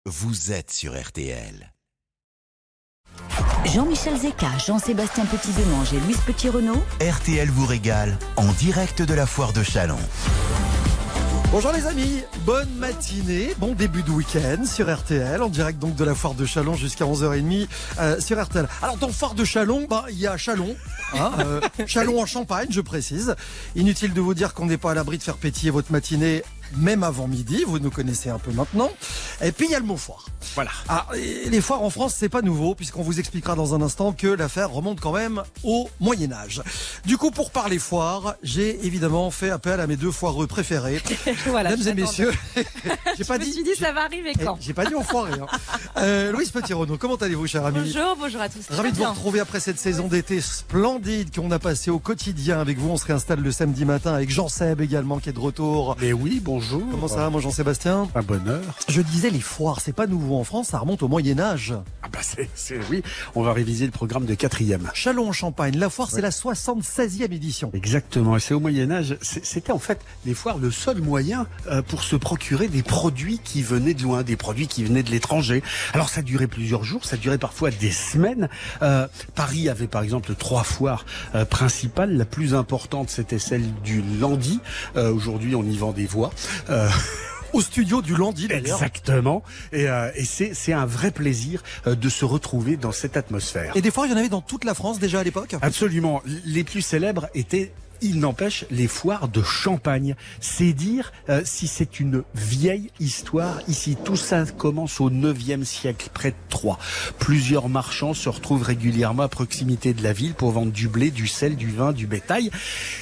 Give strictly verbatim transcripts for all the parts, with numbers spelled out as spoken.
vous êtes sur R T L. Jean-Michel Zeka, Jean-Sébastien Petit-Demange et Louise Petit-Renaud. R T L vous régale en direct de la foire de Châlons. Bonjour les amis, bonne matinée, bon début de week-end sur R T L, en direct donc de la foire de Châlons jusqu'à onze heures trente euh, sur R T L. Alors dans foire de Châlons, bah, il y a Châlons, hein, euh, Châlons en Champagne je précise. Inutile de vous dire qu'on n'est pas à l'abri de faire pétiller votre matinée même avant midi, vous nous connaissez un peu maintenant. Et puis il y a le mot foire. Voilà. Ah, les foires en France, c'est pas nouveau, puisqu'on vous expliquera dans un instant que l'affaire remonte quand même au Moyen-Âge. Du coup, pour parler foire, j'ai évidemment fait appel à mes deux foireux préférés. Voilà, mesdames et messieurs, j'ai pas je dit. me suis dit, ça va arriver quand J'ai pas dit enfoiré. Hein. Euh, Louise Petit-Renaud, comment allez-vous, cher ami? Bonjour, bonjour à tous. Ravi de vous retrouver après cette saison d'été splendide qu'on a passée au quotidien avec vous. On se réinstalle le samedi matin avec Jean-Seb également qui est de retour. Mais oui, bonjour. Comment ça va, mon Jean-Sébastien? Un bonheur. Je disais, les foires, c'est pas nouveau en France, ça remonte au Moyen-Âge. Ah bah c'est, c'est oui, on va réviser le programme de quatrième. Châlons en Champagne, la foire, Ouais. c'est la soixante-seizième édition. Exactement, et c'est au Moyen-Âge. C'est- C'était en fait les foires le seul moyen euh, pour se procurer des produits qui venaient de loin, des produits qui venaient de l'étranger. Alors ça durait plusieurs jours, ça durait parfois des semaines. Euh, Paris avait par exemple trois foires euh, principales. La plus importante, c'était celle du Landy. Euh, aujourd'hui, on y vend des voix. Euh, Au studio du Landy, d'ailleurs. Exactement. Et, euh, et c'est, c'est un vrai plaisir euh, de se retrouver dans cette atmosphère. Et des foires, il y en avait dans toute la France déjà à l'époque. Absolument. Les plus célèbres étaient, il n'empêche, les foires de Champagne. C'est dire euh, si c'est une vieille histoire. Ici, tout ça commence au neuvième siècle, près de Troyes. Plusieurs marchands se retrouvent régulièrement à proximité de la ville pour vendre du blé, du sel, du vin, du bétail.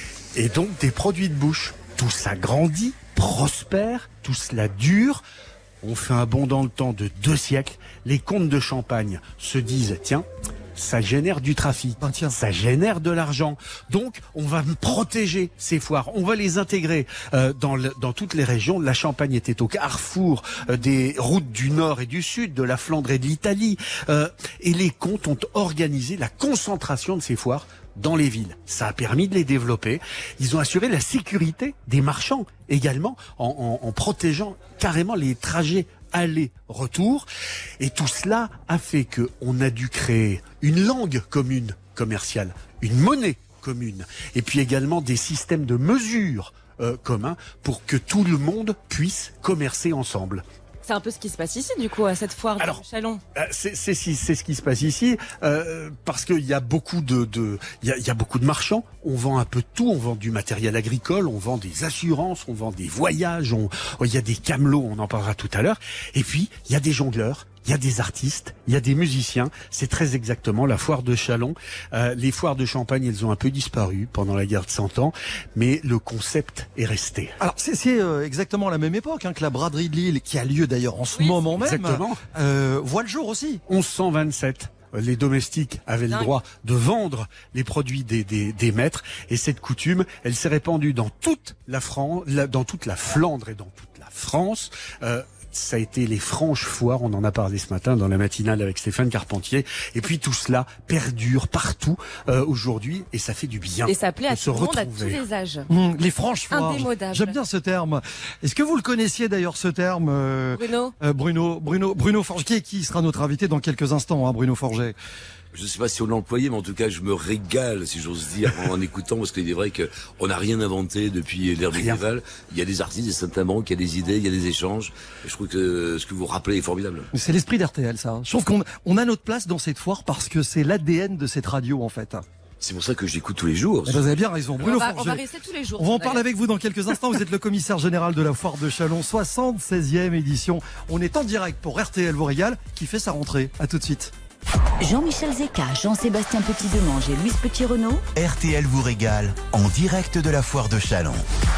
Et donc des produits de bouche. Tout ça grandit, prospère, tout cela dure. On fait un bond dans le temps de deux siècles. Les comtes de Champagne se disent, tiens, ça génère du trafic, Ben tiens. ça génère de l'argent. Donc, on va protéger ces foires, on va les intégrer euh, dans, le, dans toutes les régions. La Champagne était au carrefour euh, des routes du Nord et du Sud, de la Flandre et de l'Italie. Euh, et les comtes ont organisé la concentration de ces foires dans les villes. Ça a permis de les développer. Ils ont assuré la sécurité des marchands également en, en, en protégeant carrément les trajets aller-retour. Et tout cela a fait qu'on a dû créer une langue commune commerciale, une monnaie commune, et puis également des systèmes de mesure euh, communs pour que tout le monde puisse commercer ensemble. C'est un peu ce qui se passe ici, du coup, à cette foire Alors, de Châlons. Euh, C'est c'est si- c'est ce qui se passe ici, euh, parce qu'il y a beaucoup de, de il y a, il y a beaucoup de marchands. On vend un peu de tout. On vend du matériel agricole, on vend des assurances, on vend des voyages. On, il y a des camelots, on en parlera tout à l'heure. Et puis il y a des jongleurs. Il y a des artistes, il y a des musiciens. C'est très exactement la foire de Châlons. Euh, les foires de Champagne, elles ont un peu disparu pendant la guerre de Cent Ans, mais le concept est resté. Alors, c'est, c'est euh, exactement à la même époque hein, que la braderie de Lille, qui a lieu d'ailleurs en ce Oui, moment même, Exactement. euh, voit le jour aussi. onze cent vingt-sept. Les domestiques avaient le Dingue. droit de vendre les produits des, des, des maîtres, et cette coutume, elle s'est répandue dans toute la France, dans toute la Flandre et dans toute la France. Euh, ça a été les franches foires, on en a parlé ce matin dans la matinale avec Stéphane Carpentier, et puis tout cela perdure partout euh, aujourd'hui, et ça fait du bien. Et ça plaît à de se tout le monde, à tous retrouver. les âges. Hum, les franches foires. Indémodable. J'aime bien ce terme. Est-ce que vous le connaissiez d'ailleurs ce terme euh, Bruno euh, Bruno, Bruno, Bruno Forget, qui, qui sera notre invité dans quelques instants, hein, Bruno Forget. Je ne sais pas si on l'a employé, mais en tout cas, je me régale, si j'ose dire, en écoutant, parce qu'il est vrai qu'on n'a rien inventé depuis l'ère Rien. médiévale. Il y a des artistes, des saintaments, il y a des idées, il y a des échanges. Et je trouve que ce que vous rappelez est formidable. C'est l'esprit d'R T L, ça. hein. Je trouve qu'on on a notre place dans cette foire parce que c'est l'A D N de cette radio, en fait. C'est pour ça que je l'écoute tous les jours. Eh ben, vous avez bien raison, on Bruno va, on Forget. va rester tous les jours. On va en parler avec vous dans quelques instants. Vous êtes le commissaire général de la foire de Châlons, soixante-seizième édition. On est en direct pour R T L vous régale, qui fait sa rentrée. À tout de suite. Jean-Michel Zeka, Jean-Sébastien Petit-Demange et Louise Petit-Renaud. R T L vous régale en direct de la foire de Châlons.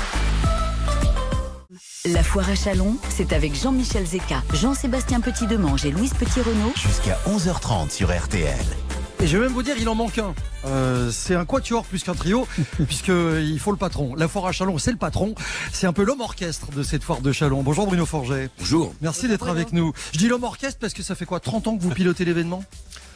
La foire à Châlons, c'est avec Jean-Michel Zeka, Jean-Sébastien Petit-Demange et Louise Petit-Renaud. Jusqu'à onze heures trente sur R T L. Et je vais même vous dire, il en manque un. Euh, c'est un quatuor plus qu'un trio, puisqu'il faut le patron. La foire à Châlons, c'est le patron. C'est un peu l'homme orchestre de cette foire de Châlons. Bonjour Bruno Forget. Bonjour. Merci d'être avec nous. Je dis l'homme orchestre parce que ça fait quoi, trente ans que vous pilotez l'événement ?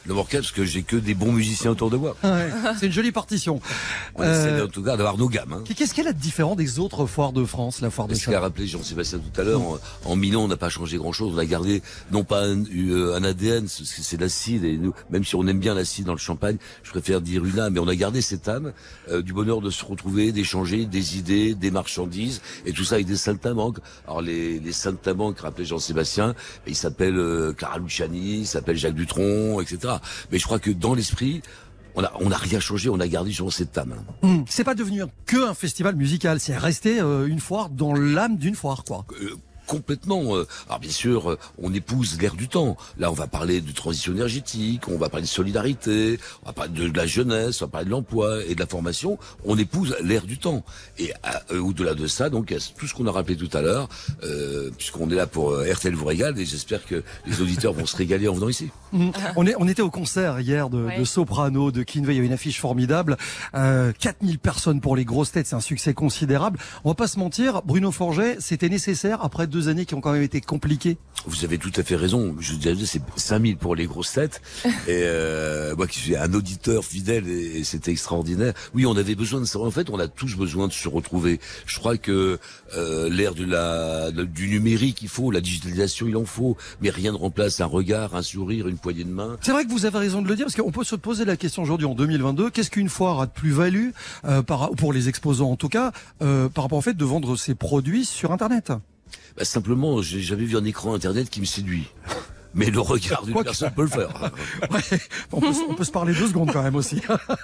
D'abord quatre, parce que j'ai que des bons musiciens autour de moi. Ouais, c'est une jolie partition. On Euh, essaie en tout cas d'avoir nos gammes. Hein. Qu'est-ce qu'elle a de différent des autres foires de France, la foire de Ce qu'a Chalon? rappelé Jean-Sébastien tout à l'heure, en, en Milan, on n'a pas changé grand-chose. On a gardé non pas un, euh, un A D N, c'est, c'est l'acide. Et nous, même si on aime bien l'acide dans le champagne, je préfère dire une âme. Mais on a gardé cette âme euh, du bonheur de se retrouver, d'échanger des idées, des marchandises, et tout ça avec des saltimbanques. Alors les, les saltimbanques, rappelé Jean-Sébastien, ils s'appellent euh, Clara Luciani, ils s'appellent Jacques Dutronc, et cetera. Mais je crois que dans l'esprit, on a, on a rien changé, on a gardé justement cette âme. Hum, C'est pas devenu que un festival musical, c'est resté euh, une foire dans l'âme d'une foire, quoi. Euh, Complètement. Alors bien sûr, on épouse l'ère du temps. Là, on va parler de transition énergétique, on va parler de solidarité, on va parler de la jeunesse, on va parler de l'emploi et de la formation. On épouse l'ère du temps. Et euh, au-delà de ça, donc, il y a tout ce qu'on a rappelé tout à l'heure, euh, puisqu'on est là pour euh, R T L vous régale, et j'espère que les auditeurs vont se régaler en venant ici. Hum, On, est, on était au concert hier de, Ouais. de Soprano, de Kinvey, il y avait une affiche formidable. Euh, quatre mille personnes pour les grosses têtes, c'est un succès considérable. On va pas se mentir, Bruno Forget, c'était nécessaire après deux années qui ont quand même été compliquées. Vous avez tout à fait raison. Je dirais c'est cinq mille pour les grosses têtes. Et euh, moi qui suis un auditeur fidèle, et, et c'était extraordinaire. Oui, on avait besoin de ça. En fait, on a tous besoin de se retrouver. Je crois que euh, l'ère de la de- du numérique, il faut la digitalisation, il en faut, mais rien ne remplace un regard, un sourire, une poignée de main. C'est vrai que vous avez raison de le dire, parce qu'on peut se poser la question aujourd'hui en deux mille vingt-deux, qu'est-ce qu'une foire a de plus-value, euh, par, pour les exposants en tout cas, euh, par rapport au fait de vendre ses produits sur Internet? Bah, simplement, j'ai jamais vu un écran internet qui me séduit. Mais le regard d'une Quoi que- personne peut le faire. Ouais, on, peut, se- on peut se parler deux secondes quand même aussi.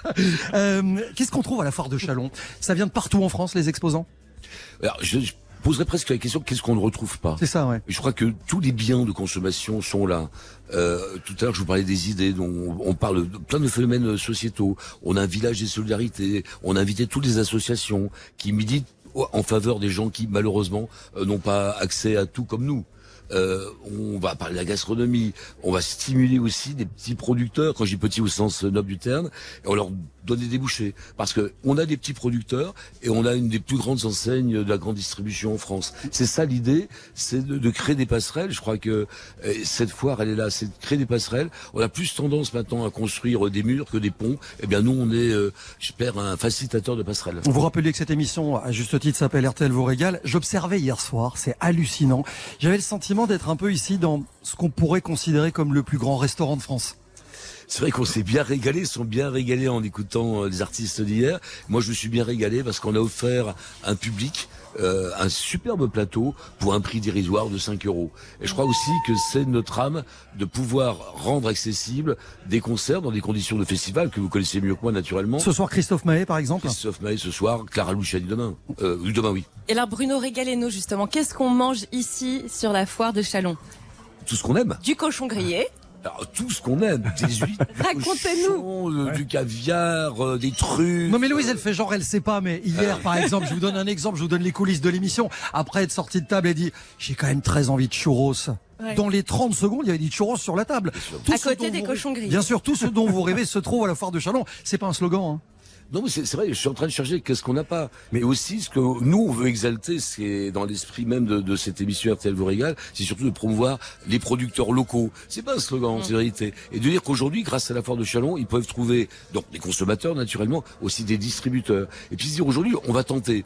euh, Qu'est-ce qu'on trouve à la foire de Chalon? Ça vient de partout en France, les exposants? Alors, je, je poserais presque la question, qu'est-ce qu'on ne retrouve pas? C'est ça, ouais. Je crois que tous les biens de consommation sont là. Euh, tout à l'heure, je vous parlais des idées, dont on, on parle de plein de phénomènes sociétaux. On a un village des solidarités, on a invité toutes les associations qui militent en faveur des gens qui, malheureusement, euh, n'ont pas accès à tout comme nous. Euh, on va parler de la gastronomie, on va stimuler aussi des petits producteurs, quand je dis petits au sens noble du terme, et on leur donne des débouchés. Parce que on a des petits producteurs et on a une des plus grandes enseignes de la grande distribution en France. C'est ça l'idée, c'est de, de créer des passerelles. Je crois que euh, cette foire, elle est là, c'est de créer des passerelles. On a plus tendance maintenant à construire des murs que des ponts. Eh bien nous, on est, euh, j'espère, un facilitateur de passerelles. Vous rappelez que cette émission, à juste titre, s'appelle R T L vous régale. J'observais hier soir, c'est hallucinant. J'avais le sentiment d'être un peu ici dans ce qu'on pourrait considérer comme le plus grand restaurant de France. C'est vrai qu'on s'est bien régalé, ils sont bien régalés en écoutant euh, les artistes d'hier. Moi, je me suis bien régalé parce qu'on a offert un public euh, un superbe plateau pour un prix dérisoire de cinq euros. Et je crois aussi que c'est notre âme de pouvoir rendre accessible des concerts dans des conditions de festival que vous connaissez mieux que moi naturellement. Ce soir, Christophe Maé, par exemple. Christophe Maé ce soir, Clara Luciani demain. Euh, oui, demain, oui. Et alors Bruno, régalez-nous justement. Qu'est-ce qu'on mange ici sur la foire de Chalon? Tout ce qu'on aime. Du cochon grillé. Alors, tout ce qu'on aime, des huîtres, du Racontez-nous. cochon, euh, du caviar, euh, des trucs. Non mais Louise, elle fait genre elle sait pas, mais hier par exemple, je vous donne un exemple, je vous donne les coulisses de l'émission. Après être sortie de table, elle dit j'ai quand même très envie de churros. Ouais. Dans les trente secondes, il y avait des churros sur la table. Tout À ce côté dont des vous- cochons grillés. Bien sûr, tout ce dont vous rêvez se trouve à la foire de Chalon. C'est pas un slogan. Hein. Non, mais c'est c'est vrai, je suis en train de chercher qu'est-ce qu'on n'a pas. Mais aussi, ce que nous, on veut exalter, c'est dans l'esprit même de, de cette émission R T L vous régale, c'est surtout de promouvoir les producteurs locaux. C'est pas un slogan, c'est vérité. Et de dire qu'aujourd'hui, grâce à la foire de Chalon, ils peuvent trouver, donc les consommateurs, naturellement, aussi des distributeurs. Et puis se dire aujourd'hui, on va tenter.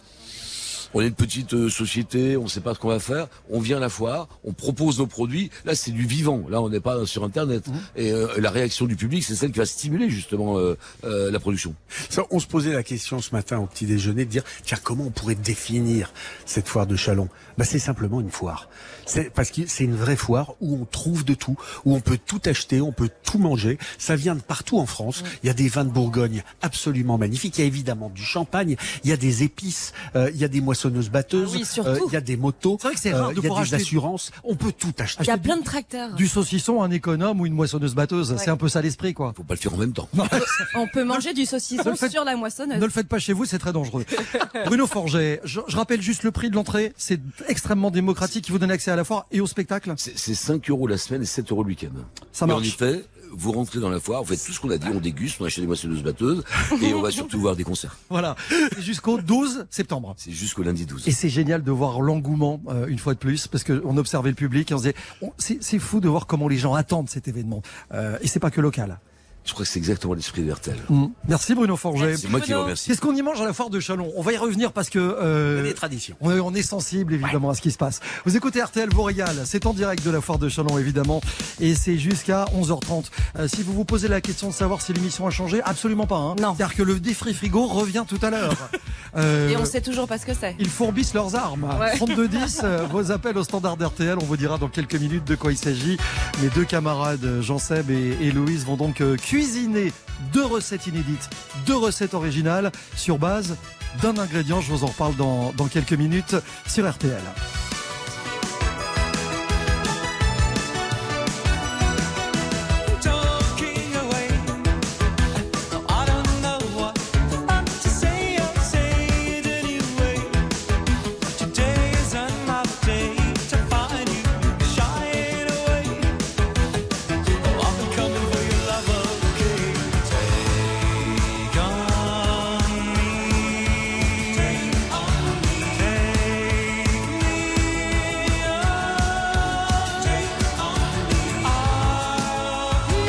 On est une petite euh, société, on ne sait pas ce qu'on va faire. On vient à la foire, on propose nos produits. Là, c'est du vivant. Là, on n'est pas sur Internet. Et euh, la réaction du public, c'est celle qui va stimuler justement euh, euh, la production. Ça, on se posait la question ce matin au petit déjeuner de dire tiens, comment on pourrait définir cette foire de Chalon? Bah, c'est simplement une foire. C'est parce que c'est une vraie foire où on trouve de tout, où on peut tout acheter, on peut tout manger. Ça vient de partout en France. Il y a des vins de Bourgogne absolument magnifiques. Il y a évidemment du champagne. Il y a des épices. Euh, il y a des moissonneuses batteuses. Ah oui, surtout. euh, il y a des motos. C'est vrai que c'est rare euh, de il y a pouvoir des acheter- assurances. On peut tout acheter. Il y a plein de tracteurs. Du saucisson, un économe ou une moissonneuse batteuse. Ouais. C'est un peu ça l'esprit, quoi. Faut pas le faire en même temps. On peut manger du Ne saucisson le faites- sur la moissonneuse. Ne le faites pas chez vous, c'est très dangereux. Bruno Forget, je, je rappelle juste le prix de l'entrée. C'est extrêmement démocratique. Il vous donne accès à la foire et au spectacle. C'est c'est cinq euros la semaine et sept euros le week-end. Ça Et en marche. effet, vous rentrez dans la foire, vous faites tout ce qu'on a dit, on déguste, on achète des moissonneuses batteuses et on va surtout voir des concerts. Voilà, jusqu'au douze septembre. C'est jusqu'au lundi douze. Et c'est génial de voir l'engouement, euh, une fois de plus, parce qu'on observait le public et on se disait, on- c'est c'est fou de voir comment les gens attendent cet événement. Euh, et c'est pas que local. Je crois que c'est exactement l'esprit de R T L. Mm. Merci Bruno Forget. C'est moi qui vous remercie. Qu'est-ce qu'on y mange à la foire de Châlons? On va y revenir parce que euh, Les traditions. on est, on est sensible évidemment à ce qui se passe. Vous écoutez R T L vous régale, c'est en direct de la foire de Châlons évidemment et c'est jusqu'à onze heures trente. Euh, si vous vous posez la question de savoir si l'émission a changé, absolument pas. Hein. Non. C'est-à-dire que le défri frigo revient tout à l'heure. Euh, Et on sait toujours pas ce que c'est. Ils fourbissent leurs armes. Ouais. trente-deux dix, euh, vos appels au standard d'R T L. On vous dira dans quelques minutes de quoi il s'agit. Mes deux camarades, Jean-Seb et, et Louise, vont donc euh, cuisiner deux recettes inédites, deux recettes originales sur base d'un ingrédient. Je vous en reparle dans, dans quelques minutes sur R T L. Talking away, I don't know what to say. I'll say it anyway. Today is another day to find you shying away. Oh, I'm coming for your love, okay? Take on me, take on me, take me on, take on me. I'll be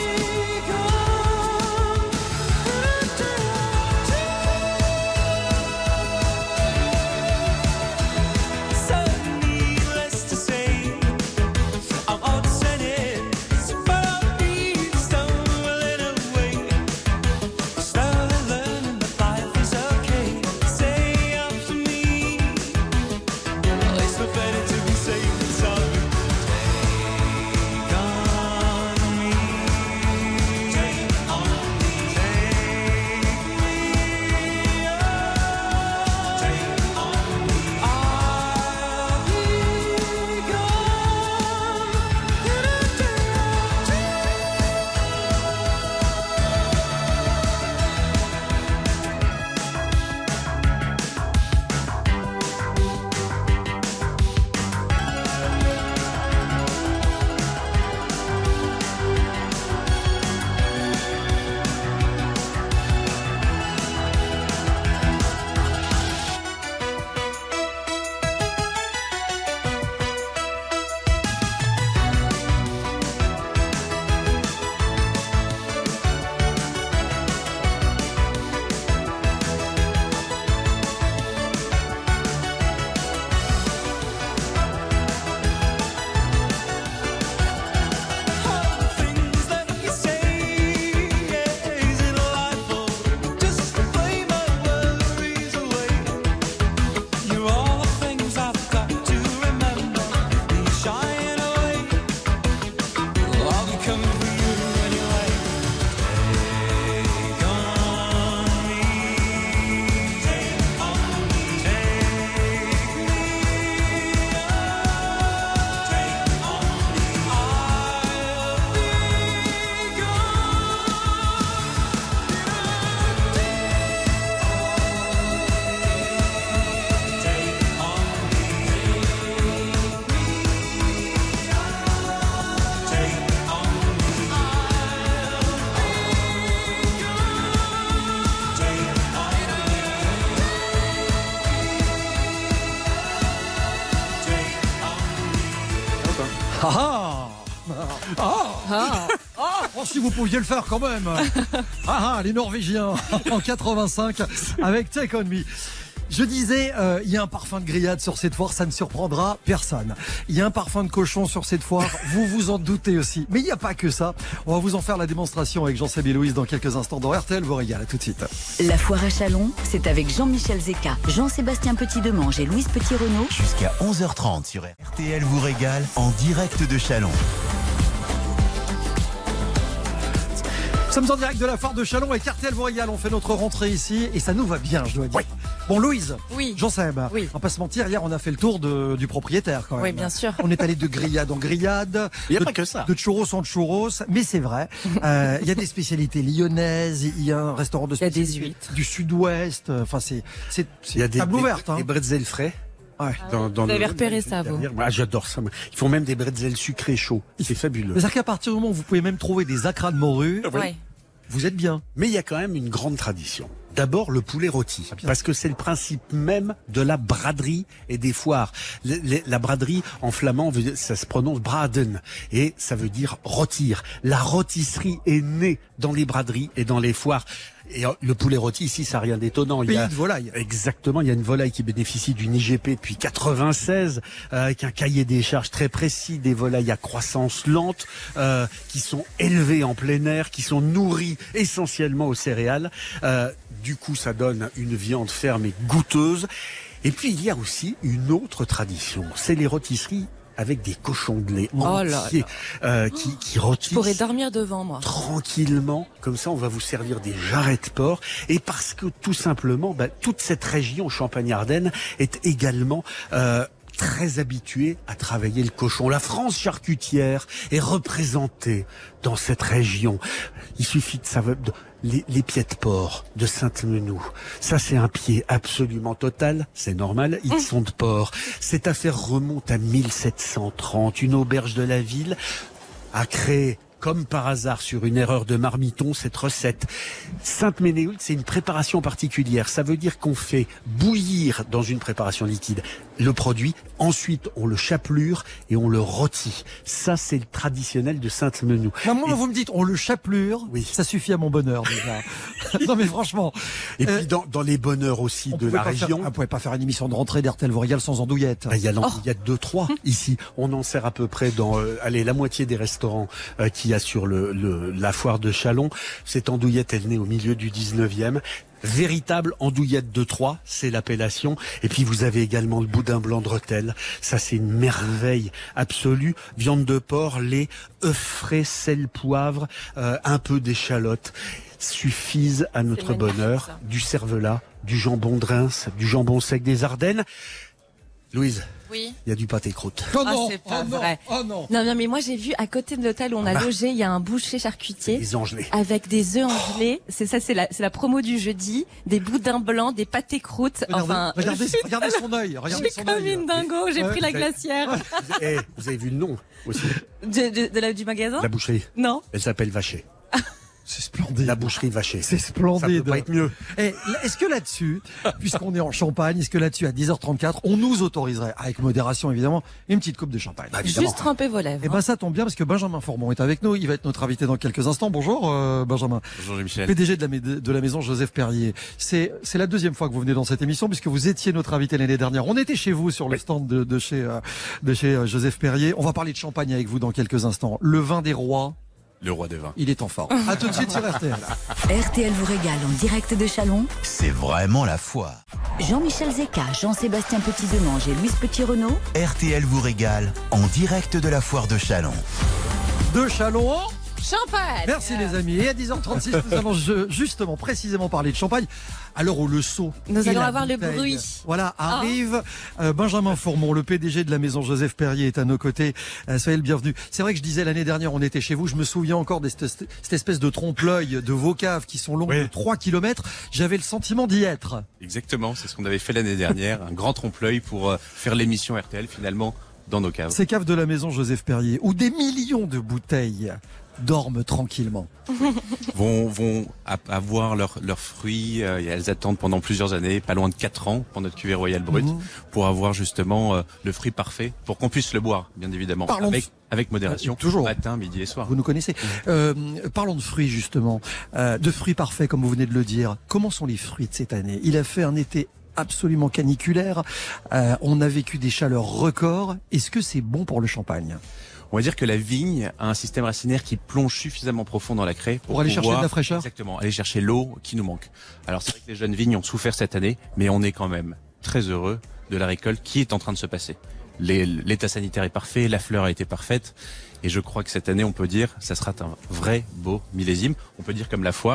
gone. So needless to say, I'm upset, but I'll be stumbling away. Slowly learning that life is okay. Say after me, it's no better to be safe than sorry. Take on me, take on me, take me on, take on me. I'll be all the things that you say. Is it life or just to play my worries away? You're all the things I've got to remember. Be shying away. I'll be coming for you anyway. Take on me, take on me, take me on, take on me. I'll be gone. Take on Ah ah ah Ah. Ah, oh, si vous pouviez le faire quand même. Ah ah, les Norvégiens en quatre-vingt-cinq avec Take On Me. Je disais, euh, il y a un parfum de grillade sur cette foire, ça ne surprendra personne. Il y a un parfum de cochon sur cette foire, vous vous en doutez aussi. Mais il n'y a pas que ça. On va vous en faire la démonstration avec Jean-Seb et Louise dans quelques instants dans R T L vous régale. À tout de suite. La foire à Châlons, c'est avec Jean-Michel Zeka, Jean-Sébastien Petit-Demange et Louise Petit-Renaud. Jusqu'à onze heures trente sur R T L vous régale en direct de Châlons. Nous sommes en direct de la foire de Châlons avec R T L vous régale. On fait notre rentrée ici et ça nous va bien, je dois dire. Bon, Louise, Oui. Jean-Seb, Oui. on va pas se mentir, hier on a fait le tour de, du propriétaire quand même. Oui, bien sûr. On est allé de grillade en grillade. Il y a de, pas que ça. De churros en churros, mais c'est vrai. Euh, Il y a des spécialités lyonnaises, il y a un restaurant de Il y a des spécialité huîtres. du sud-ouest. Enfin, c'est c'est Il y a des, table des- ouverte. Hein. des bretzels frais. Ouais. Dans, dans Vous le- avez repéré ça, vous. derrière. Ah, j'adore ça. moi. Ils font même des bretzels sucrés chauds. C'est fabuleux. C'est-à-dire qu'à partir du moment où vous pouvez même trouver des acras de morue, Ouais. vous êtes bien. Mais il y a quand même une grande tradition. D'abord, le poulet rôti. Ah, bien. Parce que c'est le principe même de la braderie et des foires. Le- le- la braderie, en flamand, veut dire- ça se prononce braden. Et ça veut dire rôtir. La rôtisserie est née dans les braderies et dans les foires. Et euh, le poulet rôti, ici, ça n'a rien d'étonnant. Il y Pays a- de volaille. Exactement, il y a une volaille qui bénéficie d'une I G P depuis quatre-vingt-seize, euh, avec un cahier des charges très précis, des volailles à croissance lente, euh, qui sont élevées en plein air, qui sont nourries essentiellement aux céréales. Euh, du coup, ça donne une viande ferme et goûteuse. Et puis, il y a aussi une autre tradition, c'est les rôtisseries avec des cochons de lait Oh là entiers euh, qui, qui Je rôtissent pourrais dormir devant moi. tranquillement, comme ça on va vous servir des jarrets de porc, et parce que tout simplement, bah, toute cette région Champagne-Ardenne est également euh, très habituée à travailler le cochon. La France charcutière est représentée dans cette région. Il suffit de savoir... de- Les, les pieds de porc de Sainte-Menou, ça c'est un pied absolument total, c'est normal, ils sont de porc. Cette affaire remonte à mille sept cent trente, une auberge de la ville a créé, comme par hasard sur une erreur de marmiton, cette recette. Sainte-Ménéhould, c'est une préparation particulière, ça veut dire qu'on fait bouillir dans une préparation liquide le produit, ensuite on le chapelure et on le rôtit. Ça c'est le traditionnel de Sainte-Menou. Non, moi, Et- vous me dites, on le chapelure, Oui. ça suffit à mon bonheur déjà. Non mais franchement, Et Euh, puis dans, dans les bonheurs aussi on de pouvait la pas faire- région, on pouvait pas faire une émission de rentrée d'R T L vous régale sans andouillette. bah, il y a Oh. l'andouillette de trois ici. On en sert à peu près dans euh, allez, la moitié des restaurants euh, qu'il y a sur le, le- la foire de Châlons. Cette andouillette, elle naît au milieu du dix-neuvième. Véritable andouillette de Troyes, c'est l'appellation. Et puis vous avez également le boudin blanc de Rethel. Ça c'est une merveille absolue. Viande de porc, lait, œufs frais, sel, poivre, euh, un peu d'échalote suffisent à notre magnifique, bonheur. ça. Du cervelas, du jambon de Reims, du jambon sec des Ardennes. Louise, Oui. il y a du pâté croûte. Oh Ah, non, c'est pas oh non, vrai. oh non. Non, non, mais moi j'ai vu à côté de l'hôtel où on a Ah bah. logé, il y a un boucher charcutier Les angelés. avec des œufs angelés. C'est ça, c'est la, c'est la promo du jeudi. Des boudins blancs, des pâtés croûtes. Regardez, Enfin, regardez, regardez son œil, regardez je suis son comme œil. une dingo. J'ai Ouais. pris la Vous avez- glacière Eh, vous avez vu le nom aussi de, de, de la, du magasin. La boucherie. Non. Elle s'appelle Vacher. C'est splendide. La boucherie Vacher. C'est Ça peut splendide. pas être mieux. Eh, est-ce que là-dessus, puisqu'on est en Champagne, est-ce que là-dessus, à dix heures trente-quatre, on nous autoriserait, avec modération évidemment, une petite coupe de champagne? Bah, évidemment. Juste tremper vos lèvres. Eh ben ça tombe bien parce que Benjamin Formon est avec nous. Il va être notre invité dans quelques instants. Bonjour euh, Benjamin, Bonjour Michel. P D G de la, mé- de la maison Joseph Perrier. C'est c'est la deuxième fois que vous venez dans cette émission puisque vous étiez notre invité l'année dernière. On était chez vous sur le stand de, de chez euh, de chez euh, Joseph Perrier. On va parler de champagne avec vous dans quelques instants. Le vin des rois, Le roi des vins. il est en forme. À tout de suite sur R T L. R T L vous régale en direct de Châlons. C'est vraiment la foire. Jean-Michel Zeka, Jean-Sébastien Petit-Demange et Louise Petit-Renaud. R T L vous régale en direct de la foire de Châlons. De Châlons. Champagne. Merci les amis. Et à dix heures trente-six, nous allons ju- justement précisément parler de champagne. À l'heure où le seau Nous et allons la avoir le bouteille, bruit. Voilà, arrive. Euh, Benjamin Formon, le P D G de la maison Joseph Perrier, est à nos côtés. Euh, soyez le bienvenu. C'est vrai que je disais l'année dernière, on était chez vous. Je me souviens encore de cette, cette espèce de trompe-l'œil de vos caves qui sont longues Oui. de trois kilomètres. J'avais le sentiment d'y être. Exactement, c'est ce qu'on avait fait l'année dernière, un grand trompe-l'œil pour euh, faire l'émission R T L finalement dans nos caves. Ces caves de la maison Joseph Perrier, où des millions de bouteilles dorment tranquillement. Vont, vont a- avoir leurs leurs fruits, euh, et elles attendent pendant plusieurs années, pas loin de quatre ans pour notre cuvée royale brute, Mhm. pour avoir justement euh, le fruit parfait, pour qu'on puisse le boire, bien évidemment, Parlons de- avec, avec modération, Euh, toujours. matin, midi et soir. Vous nous connaissez. Euh, parlons de fruits justement, euh, de fruits parfaits comme vous venez de le dire. Comment sont les fruits de cette année? Il a fait un été absolument caniculaire. Euh, on a vécu des chaleurs records. Est-ce que c'est bon pour le champagne? On va dire que la vigne a un système racinaire qui plonge suffisamment profond dans la craie Pour aller chercher pouvoir- de la fraîcheur? Exactement, aller chercher l'eau qui nous manque. Alors c'est vrai que les jeunes vignes ont souffert cette année, mais on est quand même très heureux de la récolte qui est en train de se passer. Les- L'état sanitaire est parfait, la fleur a été parfaite, et je crois que cette année on peut dire ça sera un vrai beau millésime. On peut dire comme la foire,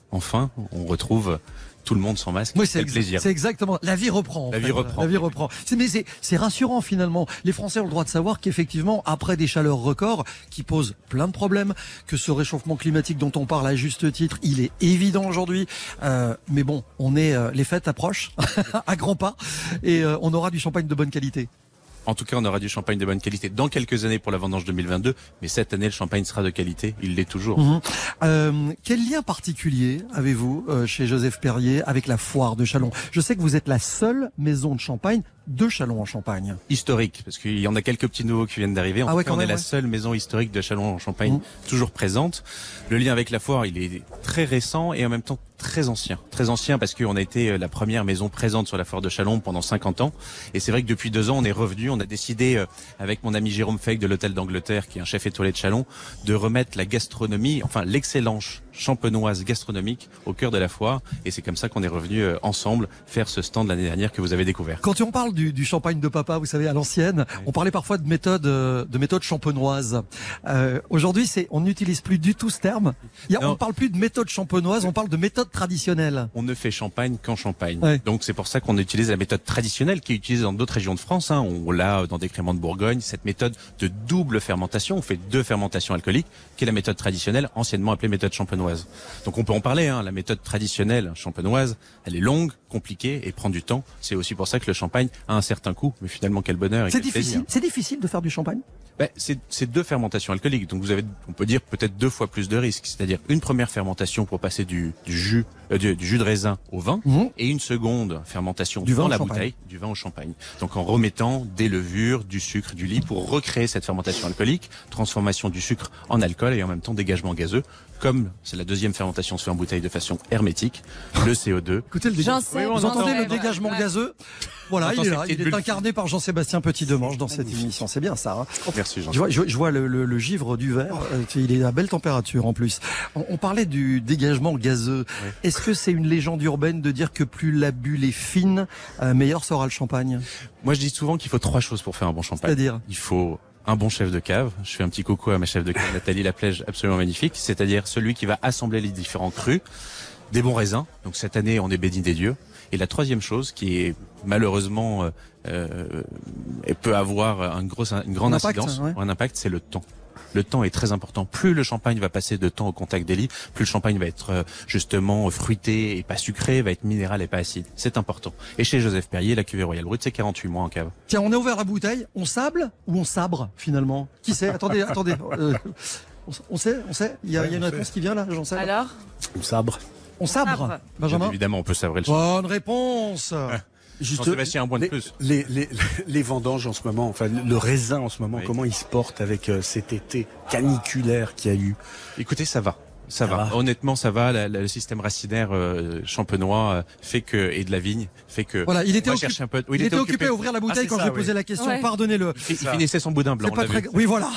enfin, on retrouve tout le monde sans masque. Oui, c'est c'est le ex- plaisir. c'est exactement. La vie reprend. en La fait. vie reprend. La vie reprend. C'est- Mais c'est c'est rassurant finalement. Les Français ont le droit de savoir qu'effectivement, après des chaleurs records qui posent plein de problèmes, que ce réchauffement climatique dont on parle à juste titre, il est évident aujourd'hui. Euh, mais bon, on est euh, les fêtes approchent à grands pas et euh, on aura du champagne de bonne qualité. En tout cas, on aura du champagne de bonne qualité dans quelques années pour la vendange deux mille vingt-deux, mais cette année, le champagne sera de qualité. Il l'est toujours. Mhm. Euh, quel lien particulier avez-vous euh, chez Joseph Perrier avec la foire de Châlons? Je sais que vous êtes la seule maison de champagne de Châlons en Champagne. Historique, parce qu'il y en a quelques petits nouveaux qui viennent d'arriver. En Ah tout ouais, cas, quand on est même, la ouais. seule maison historique de Châlons en Champagne Mhm. toujours présente. Le lien avec la foire, il est très récent et en même temps très ancien. Très ancien parce qu'on a été la première maison présente sur la foire de Châlons pendant cinquante ans. Et c'est vrai que depuis deux ans, on est revenu. On a décidé, euh, avec mon ami Jérôme Fake de l'Hôtel d'Angleterre, qui est un chef étoilé de Châlons, de remettre la gastronomie, enfin l'excellence champenoise gastronomique au cœur de la foire. Et c'est comme ça qu'on est revenu euh, ensemble faire ce stand l'année dernière que vous avez découvert. Quand on parle du, du champagne de papa, vous savez, à l'ancienne, on parlait parfois de méthode, euh, de méthode champenoise. Euh, Aujourd'hui, c'est, on n'utilise plus du tout ce terme. Il y a, Non. on parle plus de méthode champenoise, on parle de méthode traditionnelle. On ne fait champagne qu'en Champagne. Ouais. Donc c'est pour ça qu'on utilise la méthode traditionnelle qui est utilisée dans d'autres régions de France. Hein. On l'a dans des créments de Bourgogne, cette méthode de double fermentation. On fait deux fermentations alcooliques, qui est la méthode traditionnelle, anciennement appelée méthode champenoise. Donc on peut en parler. Hein. La méthode traditionnelle champenoise, elle est longue, compliquée et prend du temps. C'est aussi pour ça que le champagne a un certain coût. Mais finalement, quel bonheur et C'est quel difficile, plaisir. c'est difficile de faire du champagne. Ben, c'est c'est deux fermentations alcooliques, donc vous avez, on peut dire peut-être deux fois plus de risques, c'est-à-dire une première fermentation pour passer du, du jus, euh, du, du jus de raisin au vin, Mhm. et une seconde fermentation Du vin dans au la champagne. bouteille, du vin au champagne. Donc en remettant des levures, du sucre, du lait pour recréer cette fermentation alcoolique, transformation du sucre en alcool et en même temps dégagement gazeux. Comme c'est la deuxième fermentation se fait en bouteille de façon hermétique, le C O deux. Écoutez le J'en dégagement. sais, Vous j'en entendez sais, le dégagement ouais. gazeux? Voilà, J'entends il est ces là. petites Il est bulles. incarné par Jean-Sébastien Petit-Demange dans cette émission. C'est bien ça. Hein. Merci Jean. Je vois, je, je vois le, le- le givre du verre. euh, Il est à belle température en plus. On, on parlait du dégagement gazeux. Oui. Est-ce que c'est une légende urbaine de dire que plus la bulle est fine, euh, meilleur sera le champagne? Moi je dis souvent qu'il faut trois choses pour faire un bon champagne. C'est-à-dire? Il faut un bon chef de cave. Je fais un petit coucou à ma chef de cave, Nathalie Laplège, absolument magnifique. C'est-à-dire celui qui va assembler les différents crus, des bons raisins. Donc cette année, on est béni des dieux. Et la troisième chose, qui est malheureusement euh, euh, et peut avoir un gros, une grande Un impact, incidence, ouais. un impact, c'est le temps. Le temps est très important. Plus le champagne va passer de temps au contact des lits, plus le champagne va être euh, justement fruité et pas sucré, va être minéral et pas acide. C'est important. Et chez Joseph Perrier, la cuvée Royale Brut, c'est quarante-huit mois en cave. Tiens, on a ouvert la bouteille. On sable ou on sabre finalement? Qui sait? Attendez, attendez. Euh, on, on sait, on sait. Il y a, il y a une réponse qui vient là, j'en sais. Alors, On sabre. On sabre. Sabre. Bien Benjamin. évidemment, on peut savourer le champagne. Bonne réponse. Juste Jean-Sébastien, un point de les, plus. Les, les, les vendanges en ce moment, enfin le raisin en ce moment, Oui. comment il se porte avec euh, cet été caniculaire qu'il y a eu? Écoutez, ça va. Ça, Ça va. va. Honnêtement, ça va. La- la- le système racinaire euh, champenois euh, fait que et de la vigne fait que. Voilà, il était, on va occup- chercher un peu. Oui, il était occupé à ouvrir la bouteille Ah, c'est quand ça, j'ai oui. posé la question. Ouais. Pardonnez-le. Il, il finissait son boudin blanc. C'est on pas l'a très... vu. Oui, voilà.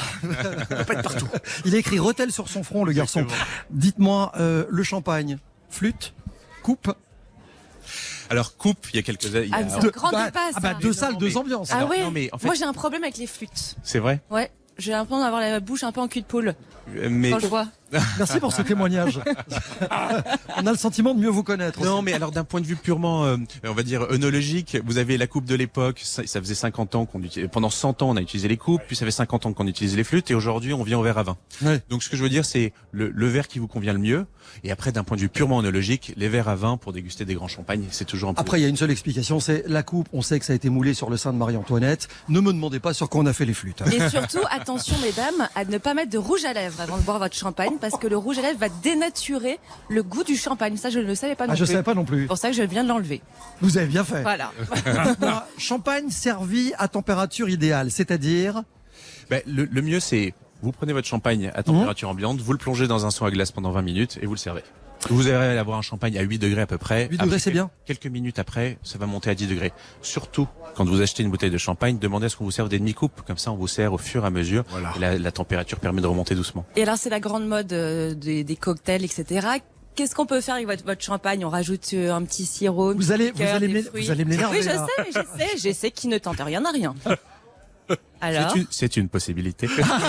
Il a écrit Rethel sur son front, le garçon. Dites-moi, euh, le champagne, flûte, coupe. Alors coupe, il y a quelques années. il y a- Ah, mais c'est un grand bah, débat, ah bah, ça. deux Mais salles, non, deux mais- ambiances. Ah Alors, ouais. non, mais en fait- Moi j'ai un problème avec les flûtes. C'est vrai. Ouais. J'ai l'impression d'avoir la bouche un peu en cul de poule Euh, Mais quand je vois. Merci pour ce témoignage. On a le sentiment de mieux vous connaître. non, aussi. mais alors d'un point de vue purement, euh, on va dire œnologique, vous avez la coupe de l'époque. Ça, ça faisait cinquante ans qu'on utilisait. Pendant cent ans, on a utilisé les coupes. Puis ça fait cinquante ans qu'on utilise les flûtes. Et aujourd'hui, on vient au verre à vin. Ouais. Donc ce que je veux dire, c'est le, le verre qui vous convient le mieux. Et après, d'un point de vue purement œnologique, les verres à vin pour déguster des grands champagnes, c'est toujours un peu. Après, il y a une seule explication, c'est la coupe. On sait que ça a été moulé sur le sein de Marie-Antoinette. Ne me demandez pas sur quoi on a fait les flûtes. Et surtout, attention mesdames, à ne pas mettre de rouge à lèvres avant de boire votre champagne, parce que le rouge à lèvres va dénaturer le goût du champagne. Ça, je ne le savais pas non Ah, je plus. savais pas non plus. C'est pour ça que je viens de l'enlever. Vous avez bien fait. Voilà. Alors, champagne servi à température idéale, c'est-à-dire Ben, le, le mieux, c'est vous prenez votre champagne à température ambiante, vous le plongez dans un seau à glace pendant vingt minutes et vous le servez. Vous allez avoir un champagne à huit degrés à peu près. huit Après, degrés, c'est bien. Quelques minutes après, ça va monter à dix degrés. Surtout, quand vous achetez une bouteille de champagne, demandez à ce qu'on vous serve des demi-coupes. Comme ça, on vous sert au fur et à mesure. Voilà. Et la, la température permet de remonter doucement. Et alors, c'est la grande mode euh, des, des cocktails, et cetera. Qu'est-ce qu'on peut faire avec votre, votre champagne? On rajoute euh, un petit sirop. vous allez, vous cœur, allez, des me, fruits. vous allez me l'énerver. Oui, je là. sais, je sais, je sais qui ne tente rien n'a rien. Alors C'est une, c'est une possibilité.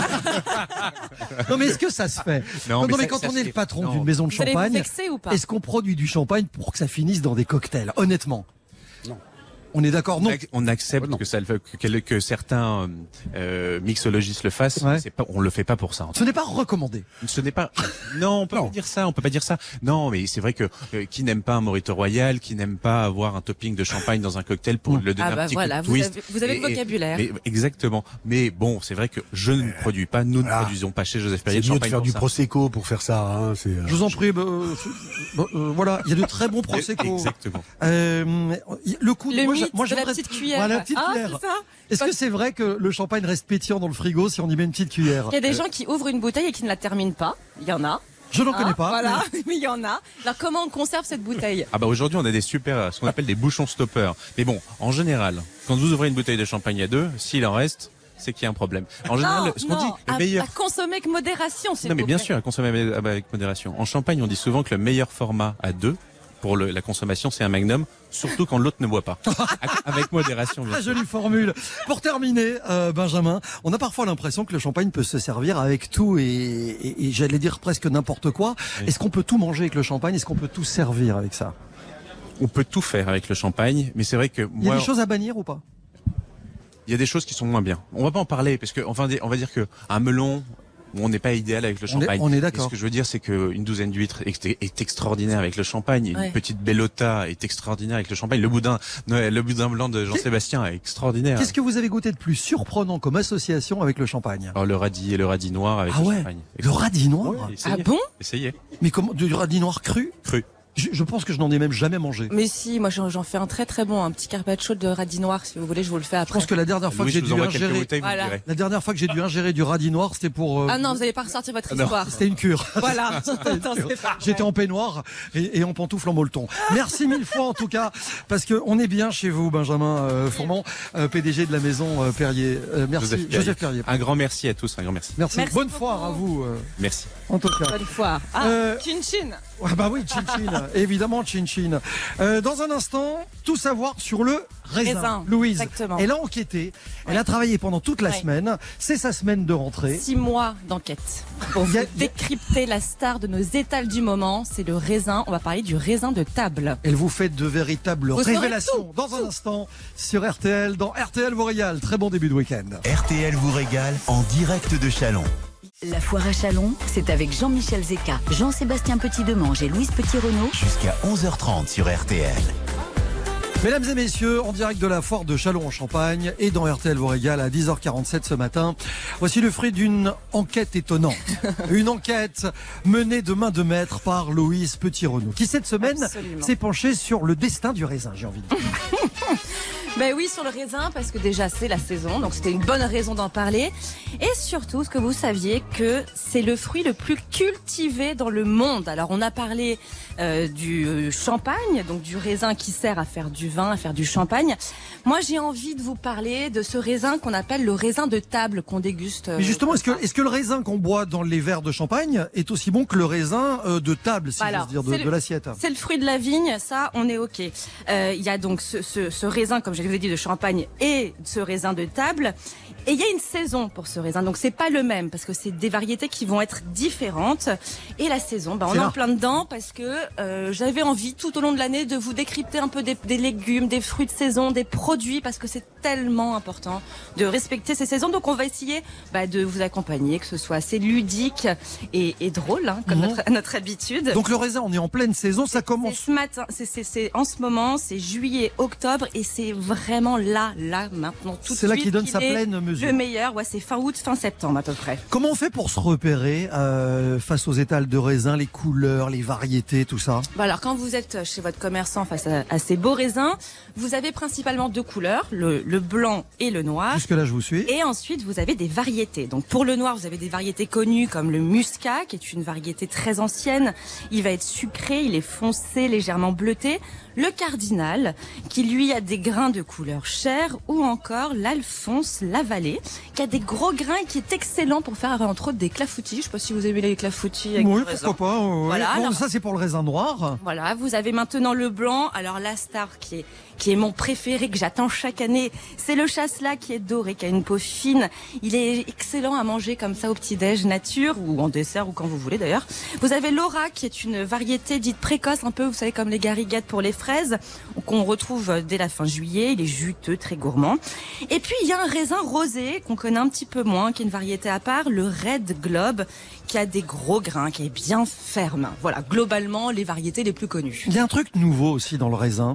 Non, mais est-ce que ça se fait? Non, Non, mais mais ça- quand ça on se est fait. le patron Non. d'une maison de Vous allez vous champagne, vexer ou pas? est-ce qu'on produit du champagne pour que ça finisse dans des cocktails? Honnêtement. Non. On est d'accord? Non. On ac- On accepte Non. que, ça, le fait- que, que- que certains euh, mixologistes le fassent. Ouais. C'est pas, on le fait pas pour ça. en Ce n'est pas recommandé. Ce n'est pas. Non, on peut pas dire ça. On peut pas dire ça. Non, mais c'est vrai que euh, qui n'aime pas un Mojito Royal, qui n'aime pas avoir un topping de champagne dans un cocktail pour le donner Ah un bah petit voilà, coup de vous twist. avez, vous avez le Et- et- vocabulaire. mais exactement. Mais bon, c'est vrai que je ne produis pas. Nous Voilà. ne produisons pas chez Joseph C'est Perrier de mieux de champagne faire pour du ça. prosecco pour faire ça. Hein, c'est, euh, Je vous en prie. bah, euh, bah, euh, voilà, il y a de très bons prosecco. Exactement. Euh, le coup. Le moi, mythe j'a- moi, de la j'aimerais- petite cuillère. Voilà, la petite Ah, cuillère. c'est ça. Est-ce que c'est vrai que le champagne reste pétillant dans le frigo si on y met une petite cuillère? Il y a des gens qui ouvrent une bouteille et qui ne la terminent pas. Il y en a. Je n'en Hein, connais pas. Voilà, mais il y en a. Alors comment on conserve cette bouteille? Ah bah aujourd'hui on a des super, ce qu'on appelle des bouchons stoppers. Mais bon, en général, quand vous ouvrez une bouteille de champagne à deux, s'il en reste, c'est qu'il y a un problème. En général, non, ce qu'on non, dit, le à, meilleur. à consommer avec modération, s'il Non mais vous bien plaît. sûr, à consommer avec, avec modération. En champagne, on dit souvent que le meilleur format à deux pour le- la consommation, c'est un magnum, surtout quand l'autre ne boit pas. Avec modération, bien Très sûr. jolie formule. Pour terminer, euh, Benjamin, on a parfois l'impression que le champagne peut se servir avec tout et, et, et j'allais dire presque n'importe quoi. Oui. Est-ce qu'on peut tout manger avec le champagne? Est-ce qu'on peut tout servir avec ça? On peut tout faire avec le champagne, mais c'est vrai que Il y a moi, des choses à bannir ou pas? il y a des choses qui sont moins bien. On va pas en parler parce que enfin, on va dire que un melon, on n'est pas idéal avec le On est- champagne. on est Et d'accord. ce que je veux dire, c'est qu'une douzaine d'huîtres est, est extraordinaire avec le champagne. Ouais. Une petite bellota est extraordinaire avec le champagne. Le boudin, Noël, le boudin blanc de Jean-Sébastien est extraordinaire. Qu'est-ce que vous avez goûté de plus surprenant comme association avec le champagne? Alors le radis et le radis noir avec Ah le ouais, champagne. le radis noir? Ouais, essayez. Ah bon? Essayez. Mais comment, du radis noir cru? Cru. Je, je pense que je n'en ai même jamais mangé. Mais si, moi j'en j'en fais un très très bon, un petit carpaccio de radis noir, si vous voulez, je vous le fais Je après. pense que la dernière fois Louis, que je j'ai vous dû envoie quelques ingérer, bouteilles, vous Voilà. me direz. la dernière fois que j'ai dû ingérer du radis noir, c'était pour, euh, Ah non, vous n'allez pas ressortir votre Non. histoire. c'était une cure. Voilà. Attends, c'est pas vrai. J'étais en peignoir et, et en pantoufle en molleton. Merci mille fois en tout cas, parce que on est bien chez vous, Benjamin euh, Fourmont, euh, P D G de la maison euh, Perrier. Euh, merci, Joseph Perrier. Joseph Perrier. Un grand merci à tous, un grand merci. Merci. Merci Bonne beaucoup. foire à vous, euh, Merci. en tout cas. Bonne foire. Ah, Euh, chin chin. Ouais, bah oui, chin chin, évidemment chin chin. Euh, dans un instant, tout savoir sur le raisin. Raisin, Louise, exactement. elle a enquêté, elle a travaillé pendant toute la Ouais. semaine. C'est sa semaine de rentrée. Six mois d'enquête pour Il y a- vous décrypter la star de nos étals du moment. C'est le raisin. On va parler du raisin de table. Elle vous fait de véritables Vous saurez révélations tout, dans un instant sur R T L, dans R T L vous régale. Très bon début de week-end. R T L vous régale en direct de Chalon. La foire à Chalon, c'est avec Jean-Michel Zeka, Jean-Sébastien Petit-Demange et Louise Petit-Renaud. Jusqu'à onze heures trente sur R T L. Mesdames et messieurs, en direct de la foire de Chalon en Champagne et dans R T L vous régale à dix heures quarante-sept ce matin. Voici le fruit d'une enquête étonnante. Une enquête menée de main de maître par Louise Petit-Renaud, qui cette semaine Absolument. s'est penchée sur le destin du raisin, j'ai envie de dire. Ben oui, sur le raisin, parce que déjà c'est la saison, donc c'était une bonne raison d'en parler. Et surtout, ce que vous saviez, que c'est le fruit le plus cultivé dans le monde. Alors on a parlé euh, du euh, champagne, donc du raisin qui sert à faire du vin, à faire du champagne. Moi j'ai envie de vous parler de ce raisin qu'on appelle le raisin de table qu'on déguste. euh, Mais justement, est-ce que, est-ce que le raisin qu'on boit dans les verres de champagne est aussi bon que le raisin euh, de table, si Alors, j'ose dire, de, c'est de le- l'assiette? C'est le fruit de la vigne, ça, on est OK. Euh, Il y a donc ce, ce, ce raisin, comme je vous ai dit, de champagne et ce raisin de table. Et il y a une saison pour ce raisin, donc c'est pas le même, parce que c'est des variétés qui vont être différentes. Et la saison, bah, on C'est est là. en plein dedans, parce que euh, j'avais envie, tout au long de l'année, de vous décrypter un peu des, des légumes, des fruits de saison, des produits, parce que c'est tellement important de respecter ces saisons. Donc on va essayer bah, de vous accompagner, que ce soit assez ludique et, et drôle, hein, comme Mhm. notre, notre habitude. Donc le raisin, on est en pleine saison, ça C'est commence. ce matin, c'est c'est c'est en ce moment, c'est juillet, octobre, et c'est vraiment là, là, maintenant, tout de C'est là suite qu'il donne qu'il sa est pleine mesure. Le meilleur, ouais, c'est fin août, fin septembre à peu près. Comment on fait pour se repérer euh, face aux étals de raisin, les couleurs, les variétés, tout ça? Bon, alors quand vous êtes chez votre commerçant face à, à ces beaux raisins, vous avez principalement deux couleurs, le, le blanc et le noir. Jusque-là, je vous suis. Et ensuite, vous avez des variétés. Donc, pour le noir, vous avez des variétés connues comme le muscat, qui est une variété très ancienne. Il va être sucré, il est foncé, légèrement bleuté. Le cardinal, qui lui a des grains de couleur chair, ou encore l'alphonse, la vallée, qui a des gros grains et qui est excellent pour faire, entre autres, des clafoutis. Je sais pas si vous aimez les clafoutis avec Oui, du raisin. pourquoi pas. ouais. Voilà, Bon, alors- ça, c'est pour le raisin noir. Voilà, vous avez maintenant le blanc. Alors la star qui est qui est mon préféré, que j'attends chaque année. C'est le chasselas qui est doré, qui a une peau fine. Il est excellent à manger comme ça au petit-déj nature ou en dessert ou quand vous voulez d'ailleurs. Vous avez Laura qui est une variété dite précoce, un peu, vous savez, comme les gariguettes pour les fraises, qu'on retrouve dès la fin juillet. Il est juteux, très gourmand. Et puis il y a un raisin rosé qu'on connaît un petit peu moins, qui est une variété à part, le Red Globe, qui a des gros grains, qui est bien ferme. Voilà, globalement les variétés les plus connues. Il y a un truc nouveau aussi dans le raisin.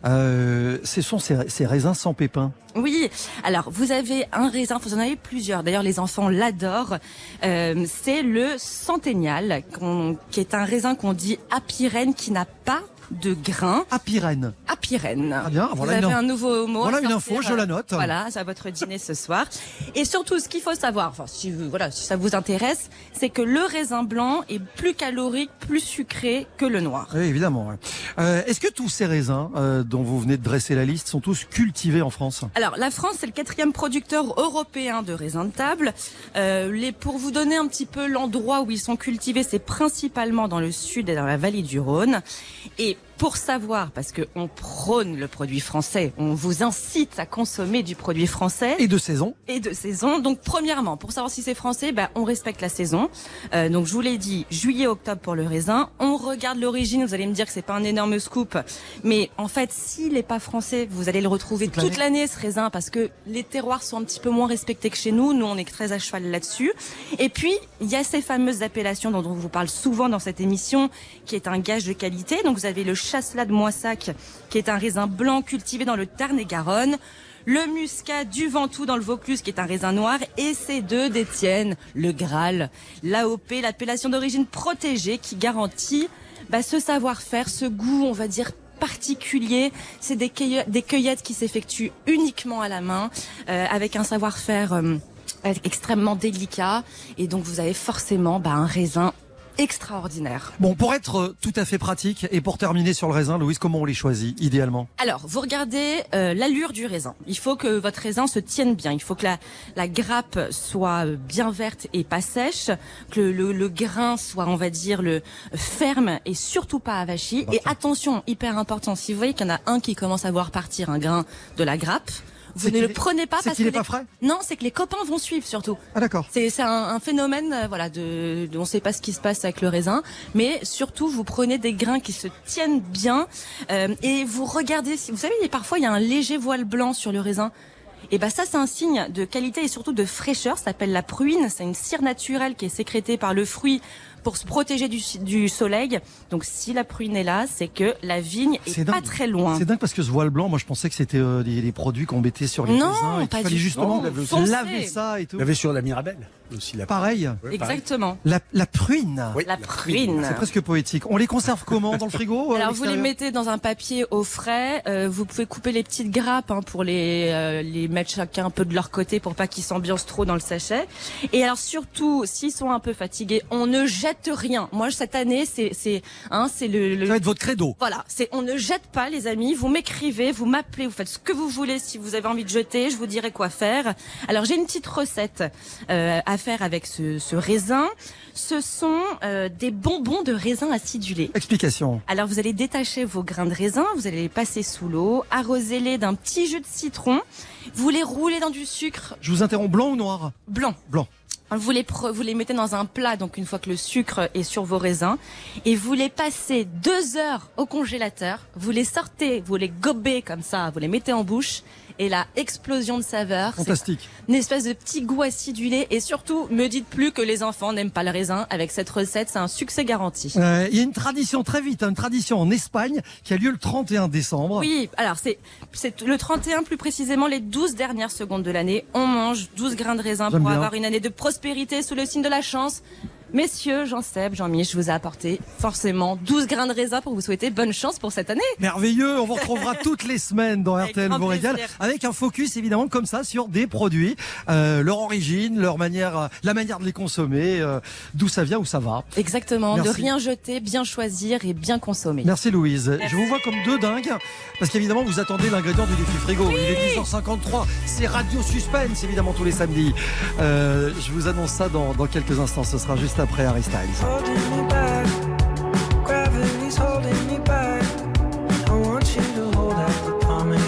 Euh, ce sont ces, ces raisins sans pépins. Oui, alors vous avez un raisin, vous en avez plusieurs, d'ailleurs les enfants l'adorent, euh, c'est le centennial, qu'on- qui est un raisin qu'on dit apirène, qui n'a pas de grains. Apirène. Apirène. Ah bien, Vous voilà avez une- un nouveau mot. voilà à une sortir, info, je la note. Voilà, c'est à votre dîner ce soir. Et surtout, ce qu'il faut savoir, enfin, si, vous- voilà, si ça vous intéresse, c'est que le raisin blanc est plus calorique, plus sucré que le noir. Oui, évidemment. ouais. Euh, Est-ce que tous ces raisins euh, dont vous venez de dresser la liste sont tous cultivés en France? Alors, la France, c'est le quatrième producteur européen de raisins de table. Euh, les, pour vous donner un petit peu l'endroit où ils sont cultivés, c'est principalement dans le sud et dans la vallée du Rhône. Et pour savoir, parce que on prône le produit français, on vous incite à consommer du produit français Et de saison. et de saison. Donc, premièrement, pour savoir si c'est français, ben, on respecte la saison. Euh, donc, je vous l'ai dit, juillet-octobre pour le raisin. On regarde l'origine. Vous allez me dire que c'est pas un énorme scoop, mais en fait, s'il est pas français, vous allez le retrouver Toute toute l'année, ce raisin, parce que les terroirs sont un petit peu moins respectés que chez nous. Nous, on est très à cheval là-dessus. Et puis, il y a ces fameuses appellations dont on vous parle souvent dans cette émission, qui est un gage de qualité. Donc, vous avez le chasselas de Moissac, qui est un raisin blanc cultivé dans le Tarn-et-Garonne. Le muscat du Ventoux dans le Vaucluse, qui est un raisin noir, et ces deux détiennent le Graal, l'A O P, l'appellation d'origine protégée, qui garantit bah, ce savoir-faire, ce goût, on va dire, particulier. C'est des, cueille- des cueillettes qui s'effectuent uniquement à la main, euh, avec un savoir-faire euh, extrêmement délicat, et donc vous avez forcément bah, un raisin extraordinaire. Bon, pour être euh, tout à fait pratique et pour terminer sur le raisin, Louise, comment on les choisit idéalement? Alors, vous regardez euh, l'allure du raisin. Il faut que votre raisin se tienne bien. Il faut que la, la grappe soit euh, bien verte et pas sèche, que le, le, le grain soit, on va dire, le ferme et surtout pas avachi. Et attention, hyper important, si vous voyez qu'il y en a un qui commence à voir partir un grain de la grappe, vous C'est ne qu'il le est- prenez pas c'est parce qu'il que est pas les- frais Non, c'est que les copains vont suivre surtout. Ah d'accord. C'est c'est un, un phénomène, euh, voilà, de, de on sait pas ce qui se passe avec le raisin, mais surtout vous prenez des grains qui se tiennent bien euh, et vous regardez. Si vous savez, il y a- parfois il y a un léger voile blanc sur le raisin. Et ben ça c'est un signe de qualité et surtout de fraîcheur. Ça s'appelle la pruine. C'est une cire naturelle qui est sécrétée par le fruit pour se protéger du, du soleil. Donc si la pruine est là, c'est que la vigne est, C'est pas dingue. très loin. C'est dingue parce que ce voile blanc, moi je pensais que c'était euh, des, des produits qu'on mettait sur les Non, raisins et pas qu'il fallait du justement tout. Foncez. laver ça et tout. Vous l'avez sur la Mirabelle aussi. La... Pareil. Ouais, pareil. Exactement. La, la pruine. Oui, La pruine. C'est presque poétique. On les conserve comment dans le frigo euh, à Alors vous les l'extérieur mettez dans un papier au frais. Euh, vous pouvez couper les petites grappes hein, pour les euh, les mettre chacun un peu de leur côté pour pas qu'ils s'ambiancent trop dans le sachet. Et alors surtout, s'ils sont un peu fatigués, on ne jette rien. Moi cette année, c'est c'est hein, c'est le, le Ça va être votre credo. voilà, c'est on ne jette pas les amis, vous m'écrivez, vous m'appelez, vous faites ce que vous voulez si vous avez envie de jeter, je vous dirai quoi faire. Alors j'ai une petite recette euh, à faire avec ce, ce raisin. Ce sont euh, des bonbons de raisin acidulés. Explication. Alors vous allez détacher vos grains de raisin, vous allez les passer sous l'eau, arroser-les d'un petit jus de citron, vous les roulez dans du sucre Je vous interromps, blanc ou noir? blanc. Blanc. Vous les, pre- vous les mettez dans un plat, donc une fois que le sucre est sur vos raisins, et vous les passez deux heures au congélateur, vous les sortez, vous les gobez comme ça, vous les mettez en bouche, et la explosion de saveur, c'est Fantastique. une espèce de petit goût acidulé, et surtout, me dites plus que les enfants n'aiment pas le raisin, avec cette recette, c'est un succès garanti. Euh, Il y a une tradition très vite, hein, une tradition en Espagne qui a lieu le trente et un décembre. Oui, alors c'est c'est le trente et un plus précisément, les douze dernières secondes de l'année, on mange douze grains de raisin J'aime pour bien. avoir une année de prospérité sous le signe de la chance. Messieurs, Jean-Seb, Jean-Mich, je vous ai apporté forcément douze grains de raisin pour vous souhaiter bonne chance pour cette année. Merveilleux, on vous retrouvera toutes les semaines dans Avec R T L grand vous régale, plaisir. avec un focus évidemment comme ça sur des produits, euh, leur origine, leur manière, euh, la manière de les consommer, euh, d'où ça vient, où ça va. Exactement, Merci. de rien jeter, bien choisir et bien consommer. Merci Louise. Je vous vois comme deux dingues, parce qu'évidemment vous attendez l'ingrédient du défi frigo. Il est dix heures cinquante-trois, c'est Radio Suspense évidemment tous les samedis. Euh, je vous annonce ça dans, dans quelques instants, ce sera juste après Harry Styles. Holding me back, gravity's holding me back. I want you to hold out the palm and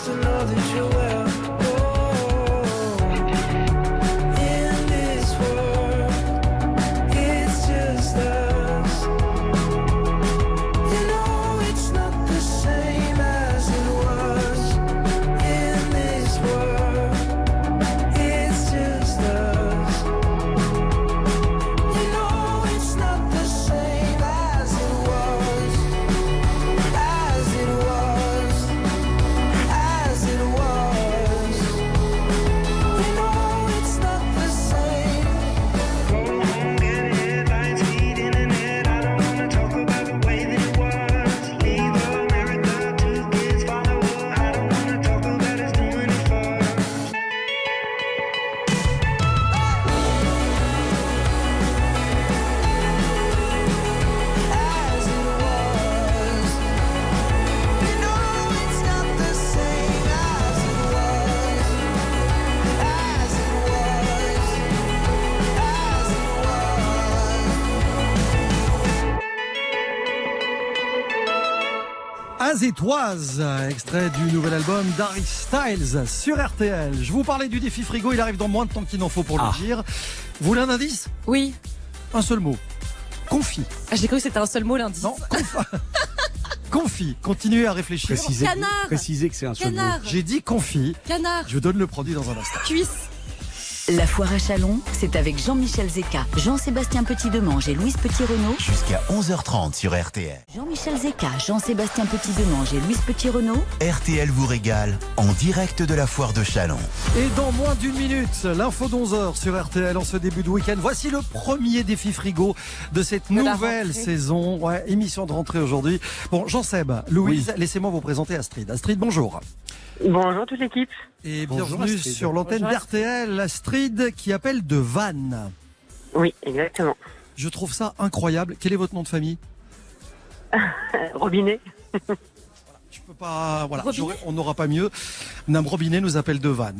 to know that you're well. Oh, in this world, it's just us. You know it's not the same as it was. In this world, it's just us. You know it's not the same as it was. As it was. As it was. You know it's not the same. Go home, get headlines, feed internet. I don't wanna talk about the way that it was. Leave America, two kids follow her. I don't wanna talk about us doing it first. As it was. You know it's not the same as it was. As it was. As it was. As It Was, extrait du nouvel album d'Harry Styles sur R T L. Je vous parlais du défi frigo, il arrive dans moins de temps qu'il n'en faut pour Ah. le dire. Vous voulez un indice? Oui. Un seul mot. Confit. Ah, j'ai cru que c'était un seul mot l'indice. Non, conf- confit. Continuez à réfléchir. Précisez, Canard. précisez que c'est un seul mot. Canard. J'ai dit confit. Canard. Je vous donne le produit dans un instant. Cuisse. La foire à Chalon, c'est avec Jean-Michel Zeka, Jean-Sébastien Petit-Demange et Louise Petit-Renaud. Jusqu'à onze heures trente sur R T L. Jean-Michel Zeka, Jean-Sébastien Petit-Demange et Louise Petit-Renaud. R T L vous régale en direct de la foire de Chalon. Et dans moins d'une minute, l'info d'onze heures sur R T L en ce début de week-end. Voici le premier défi frigo de cette De la nouvelle rentrée. saison. Ouais, émission de rentrée aujourd'hui. Bon, Jean-Seb, Louise, laissez-moi vous présenter Astrid. Astrid, bonjour. Bonjour toute l'équipe. Et Bonjour, bienvenue Astrid. sur l'antenne Bonjour, d'R T L. Astrid qui appelle de Vannes. Oui, exactement. Je trouve ça incroyable. Quel est votre nom de famille? Robinet. Je peux pas. Voilà, Robinet j'aurais- on n'aura pas mieux. Nam Robinet nous appelle de Vannes.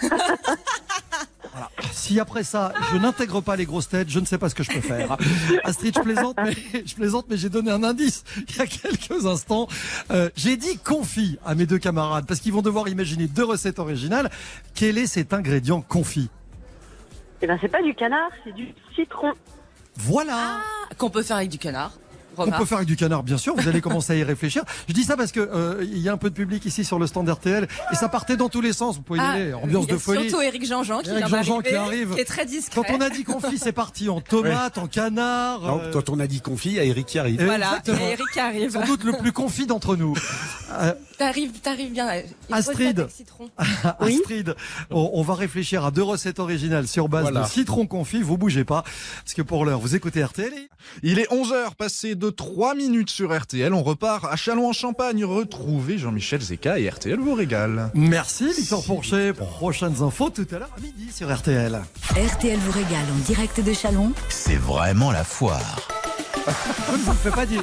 Voilà. Si après ça, je n'intègre pas les grosses têtes, je ne sais pas ce que je peux faire. Astrid, je plaisante, mais je plaisante, mais j'ai donné un indice il y a quelques instants. Euh, j'ai dit confit à mes deux camarades parce qu'ils vont devoir imaginer deux recettes originales. Quel est cet ingrédient confit? Eh ben c'est pas du canard, c'est du citron. Voilà. Qu'on peut faire avec du canard. On Remarque. peut faire avec du canard, bien sûr. Vous allez commencer à y réfléchir. Je dis ça parce que euh, il y a un peu de public ici sur le stand R T L et ça partait dans tous les sens. Vous pouvez y Ah, aller. Ambiance il y a de folie. Surtout Éric Jean-Jean qui Éric vient Jean-Jean d'arriver, qui arrive. qui est très discret. Quand on a dit confit, c'est parti en tomate, en canard. Non, euh, quand on a dit confit, il y a Eric qui arrive. euh, Voilà, exactement. et Eric arrive. Sans doute le plus confit d'entre nous. Euh, T'arrives, t'arrives bien. Il faut Astrid. le avec citron. Oui. Astrid, on, on va réfléchir à deux recettes originales sur base Voilà. de citron confit. Vous bougez pas, parce que pour l'heure, vous écoutez R T L. et- Il est onze heures, passé de trois minutes sur R T L. On repart à Châlons-en-Champagne. Retrouvez Jean-Michel Zeka et R T L vous régale. Merci Victor Pourchet. Prochaines infos tout à l'heure à midi sur R T L. R T L vous régale en direct de Chalon. C'est vraiment la foire. Je ne vous le fais pas dire.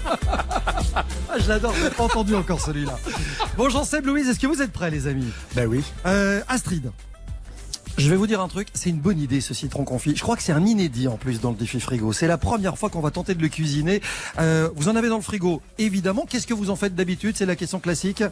Ah, je l'adore, je l'ai pas entendu encore celui-là. Bon, Jean-Seb, Louise, est-ce que vous êtes prêts, les amis? Ben oui. Euh, Astrid, je vais vous dire un truc, c'est une bonne idée ce citron confit. Je crois que c'est un inédit en plus dans le défi frigo. C'est la première fois qu'on va tenter de le cuisiner. Euh, vous en avez dans le frigo, évidemment. Qu'est-ce que vous en faites d'habitude? C'est la question classique.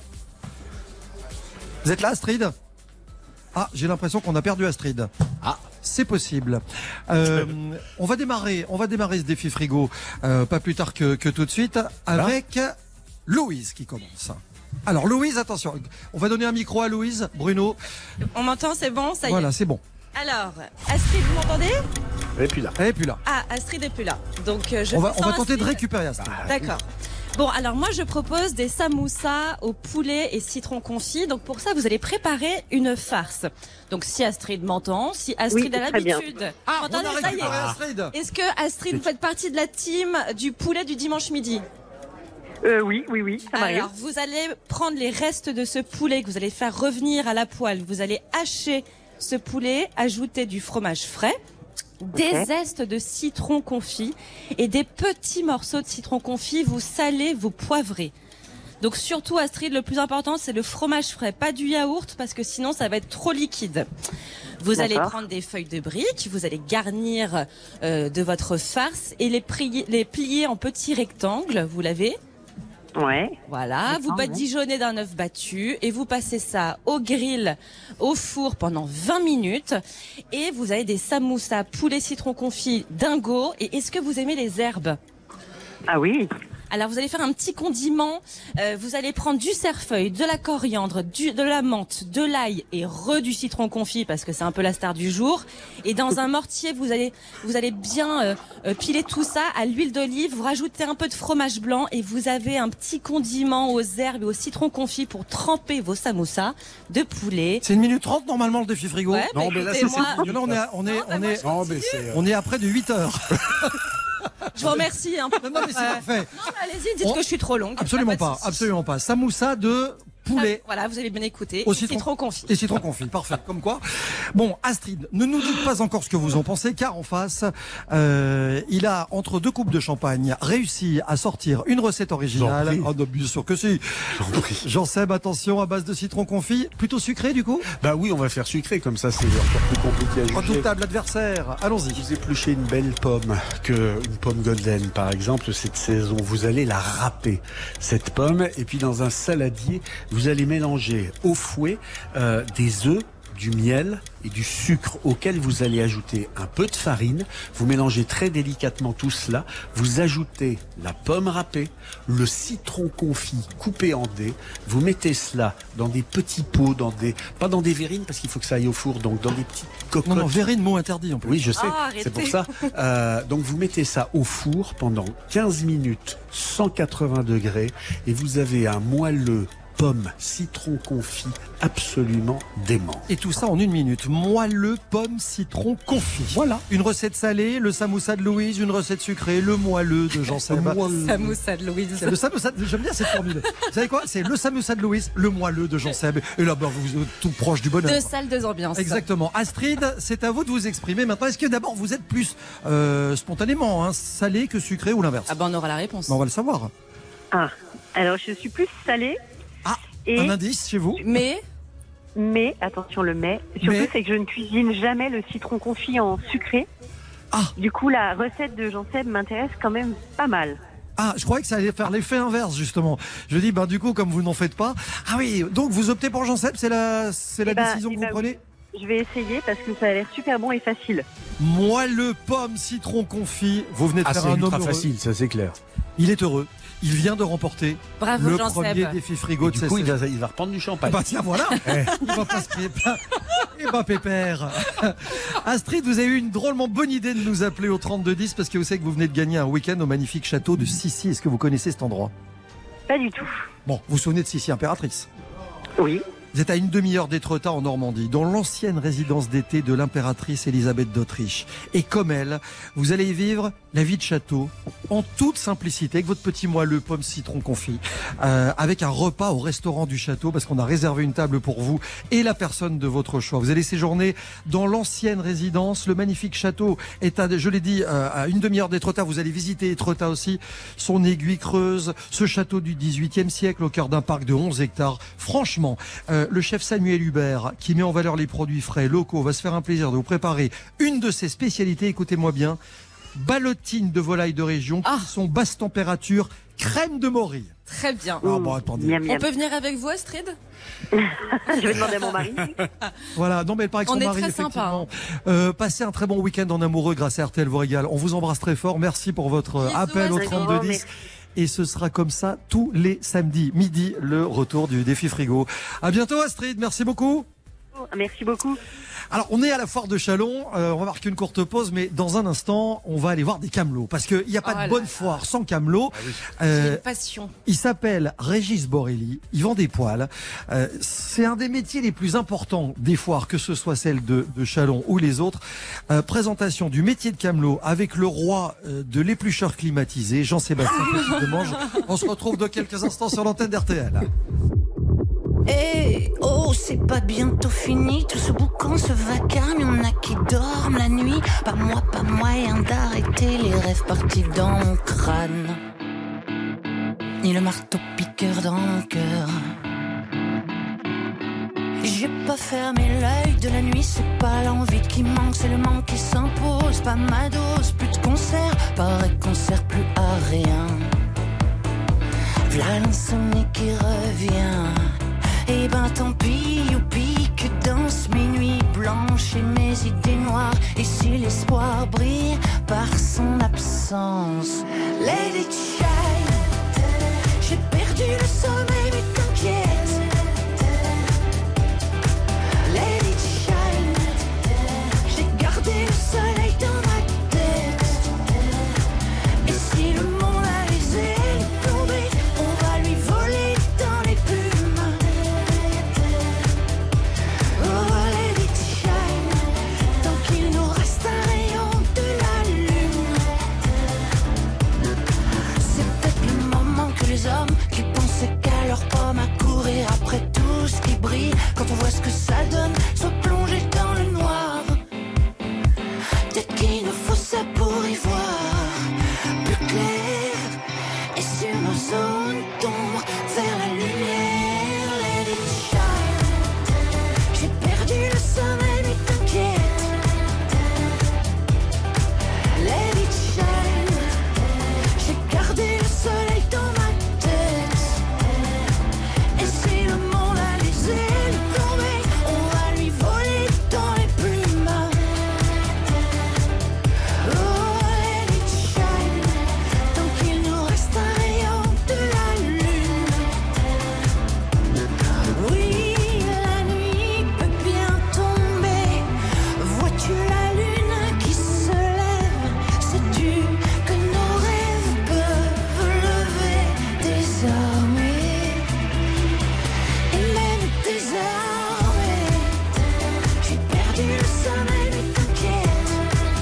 Vous êtes là, Astrid? Ah, j'ai l'impression qu'on a perdu Astrid. Ah, c'est possible. Euh, on va démarrer, on va démarrer ce défi frigo, euh, pas plus tard que, que tout de suite, avec Louise qui commence. Alors Louise, attention, on va donner un micro à Louise, Bruno. On m'entend, c'est bon, ça y Voilà, c'est bon. est. Alors, Astrid, vous m'entendez? Et puis là. Et puis là, Ah, Astrid est plus là. Donc, euh, je on va, fais on va sans tenter de Astrid. récupérer Astrid. D'accord. Bon, alors moi je propose des samoussas au poulet et citron confit. Donc pour ça, vous allez préparer une farce. Donc si Astrid m'entend, si Astrid Oui, a très bien. l'habitude. Ah, on Entendez, a ça y récupéré est. Astrid. Est-ce que Astrid, vous faites partie de la team du poulet du dimanche midi? Euh, oui, oui, oui, ça m'arrive. Alors, vous allez prendre les restes de ce poulet que vous allez faire revenir à la poêle. Vous allez hacher ce poulet, ajouter du fromage frais, des Ok. zestes de citron confit et des petits morceaux de citron confit. Vous salez, vous poivrez. Donc surtout Astrid, le plus important c'est le fromage frais, pas du yaourt parce que sinon ça va être trop liquide. Vous allez D'accord. prendre des feuilles de briques, vous allez garnir euh, de votre farce et les, plier- les plier en petits rectangles, vous l'avez. Ouais. Voilà, vous D'accord, ouais. badigeonnez d'un œuf battu et vous passez ça au grill, au four pendant vingt minutes. Et vous avez des samoussas poulet citron confit dingo. Et est-ce que vous aimez les herbes? Ah oui. Alors vous allez faire un petit condiment, euh, vous allez prendre du cerfeuil, de la coriandre, du, de la menthe, de l'ail et re du citron confit parce que c'est un peu la star du jour. Et dans un mortier, vous allez vous allez bien euh, euh, piler tout ça à l'huile d'olive, vous rajoutez un peu de fromage blanc et vous avez un petit condiment aux herbes et au citron confit pour tremper vos samoussas de poulet. C'est une minute trente normalement le défi frigo. Ouais, Non, bah, mais là, écoutez, ça, moi, Là, on est, à- on est, Non, bah, on moi, est, Non, mais c'est. euh, on est à près de huit heures. je vous remercie. Hein. Non, non, mais c'est Ouais. parfait. Non, mais allez-y, dites On- que je suis trop longue. Absolument Y a de pas, souci. absolument pas. Samoussa de poulet. Ah, voilà, vous avez bien écouté. Au Et citron. citron confit. Et citron confit, parfait. Comme quoi. Bon, Astrid, ne nous dites pas encore ce que vous en pensez, car en face, euh, il a, entre deux coupes de champagne, réussi à sortir une recette originale. J'en prie. Oh, non, bien sûr que si. J'en prie. Jean-Seb, attention, à base de citron confit. Plutôt sucré, du coup? Bah oui, on va faire sucré, comme ça c'est encore plus compliqué à juger. Redoutable adversaire. Allons-y. Vous épluchez une belle pomme, que une pomme golden par exemple cette saison. Vous allez la râper cette pomme et puis dans un saladier, vous allez mélanger au fouet euh, des œufs, du miel et du sucre auquel vous allez ajouter un peu de farine. Vous mélangez très délicatement tout cela. Vous ajoutez la pomme râpée, le citron confit coupé en dés. Vous mettez cela dans des petits pots, dans des pas dans des verrines parce qu'il faut que ça aille au four, donc dans des petites cocottes. Non, non, Vérine, mot interdit en plus. Oui, je sais, Ah, arrêtez. c'est pour ça. Euh, donc vous mettez ça au four pendant quinze minutes, cent quatre-vingts degrés, et vous avez un moelleux pomme citron confit absolument dément. Et tout ça en une minute. Moelleux, pomme, citron, confit. Voilà. Une recette salée, le samoussa de Louise, une recette sucrée, le moelleux de Jean-Seb. Samoussa de Louise. C'est le samoussa, j'aime bien cette formule. Vous savez quoi? C'est le samoussa de Louise, le moelleux de Jean-Seb. Et là, bah, vous êtes tout proche du bonheur. Deux salles, deux ambiances. Exactement. Astrid, c'est à vous de vous exprimer maintenant. Est-ce que d'abord vous êtes plus euh, spontanément hein, salé que sucré ou l'inverse? Ah ben on aura la réponse. On va le savoir. Ah. Alors, je suis plus salée. Ah, Et, un indice chez vous? Mais mais, attention le mais, surtout Mais- c'est que je ne cuisine jamais le citron confit en sucré. Ah. Du coup, la recette de Jean-Seb m'intéresse quand même pas mal. Ah, je croyais que ça allait faire l'effet inverse justement. Je dis, ben du coup, comme vous n'en faites pas. Ah oui, donc vous optez pour Jean-Seb, c'est la, c'est la Eh ben, décision eh que ben vous prenez? Je vais essayer parce que ça a l'air super bon et facile. Moelleux, pomme, citron confit. Vous venez de Ah, faire c'est un homme ultra heureux. facile, ça c'est clair. Il est heureux. Il vient de remporter bravo le Jean-Seb. premier défi frigo de Du cette coup, il saison. va, il va reprendre du champagne. Bah tiens, voilà. Il va pas se prier. Et bah pépère. Astrid, vous avez eu une drôlement bonne idée de nous appeler au trente-deux dix parce que vous savez que vous venez de gagner un week-end au magnifique château de Sissi. Est-ce que vous connaissez cet endroit? Pas du tout. Bon, vous vous souvenez de Sissi impératrice? Oui. Vous êtes à une demi-heure d'Étretat en Normandie, dans l'ancienne résidence d'été de l'impératrice Élisabeth d'Autriche. Et comme elle, vous allez y vivre la vie de château, en toute simplicité, avec votre petit moelleux pomme citron confit, euh, avec un repas au restaurant du château, parce qu'on a réservé une table pour vous et la personne de votre choix. Vous allez séjourner dans l'ancienne résidence, le magnifique château est à, je l'ai dit, euh, à une demi-heure d'Étretat. Vous allez visiter Étretat aussi, son aiguille creuse, ce château du dix-huitième siècle au cœur d'un parc de onze hectares. Franchement, euh, le chef Samuel Hubert, qui met en valeur les produits frais locaux, va se faire un plaisir de vous préparer une de ses spécialités. Écoutez-moi bien. Ballotines de volaille de région, Ah. qui sont basse température, crème de morille. Très bien. Ah bon, attendez. Miam, On miam. peut venir avec vous Astrid? Je vais demander à mon mari. Voilà, non mais elle paraît que On son est mari, très sympa, effectivement. Euh, passez un très bon week-end en amoureux grâce à R T L vous régale. On vous embrasse très fort. Merci pour votre euh, Bisous, appel au Astrid. trente-deux dix. Merci. Et ce sera comme ça tous les samedis. Midi, le retour du défi frigo. À bientôt Astrid, merci beaucoup. Merci beaucoup. Alors, on est à la foire de Châlons, euh, on va marquer une courte pause, mais dans un instant, on va aller voir des camelots. Parce qu'il n'y a pas Oh de là bonne là. foire sans camelots. J'ai Euh, une passion. il s'appelle Régis Borelli, il vend des poils. Euh, c'est un des métiers les plus importants des foires, que ce soit celle de, de Châlons ou les autres. Euh, présentation du métier de camelot avec le roi euh, de l'éplucheur climatisé, Jean-Sébastien Petit-Demange. On se retrouve dans quelques instants sur l'antenne d'R T L. Eh, oh, c'est pas bientôt fini. Tout ce boucan, ce vacarme, y'en a qui dorment la nuit. Pas moi, pas moyen d'arrêter les rêves partis dans mon crâne. Ni le marteau piqueur dans mon cœur. J'ai pas fermé l'œil de la nuit, c'est pas l'envie qui manque, c'est le manque qui s'impose. Pas ma dose, plus de concert, pareil qu'on sert plus à rien. V'là l'insomnie qui revient. Et ben tant pis, youpi, que dansent mes nuits blanches et mes idées noires. Et si l'espoir brille par son absence, let it shine. J'ai perdu le sommeil, mais t'inquiète. Let it shine. J'ai gardé le soleil dans ma tête. Et si le monde a les ailes tombées, on va lui voler dans les plumes. Oh, let it shine. Tant qu'il nous reste un rayon de la lune. C'est peut-être le moment que les hommes qui pensaient qu'à leur pomme à courir après tout ce qui brille, quand on voit ce que ça donne, soient plongés dans le noir. Peut-être qu'il nous faut ça pour y voir plus clair. Et sur nos zones d'ombre, vers la lumière, let it shine. J'ai perdu le sommeil, mais t'inquiète. Let it shine. J'ai gardé le soleil dans ma tête. Et si le monde a les ailes tombées, on va lui voler dans les plumes. Oh, let it shine. Tant qu'il nous reste un rayon de la lune. Oui, la nuit peut bien tomber. Vois-tu la lune qui se lève? Sais-tu que nos rêves peuvent lever désormais? Et même désormais, j'ai perdu le sommeil, mais t'inquiète.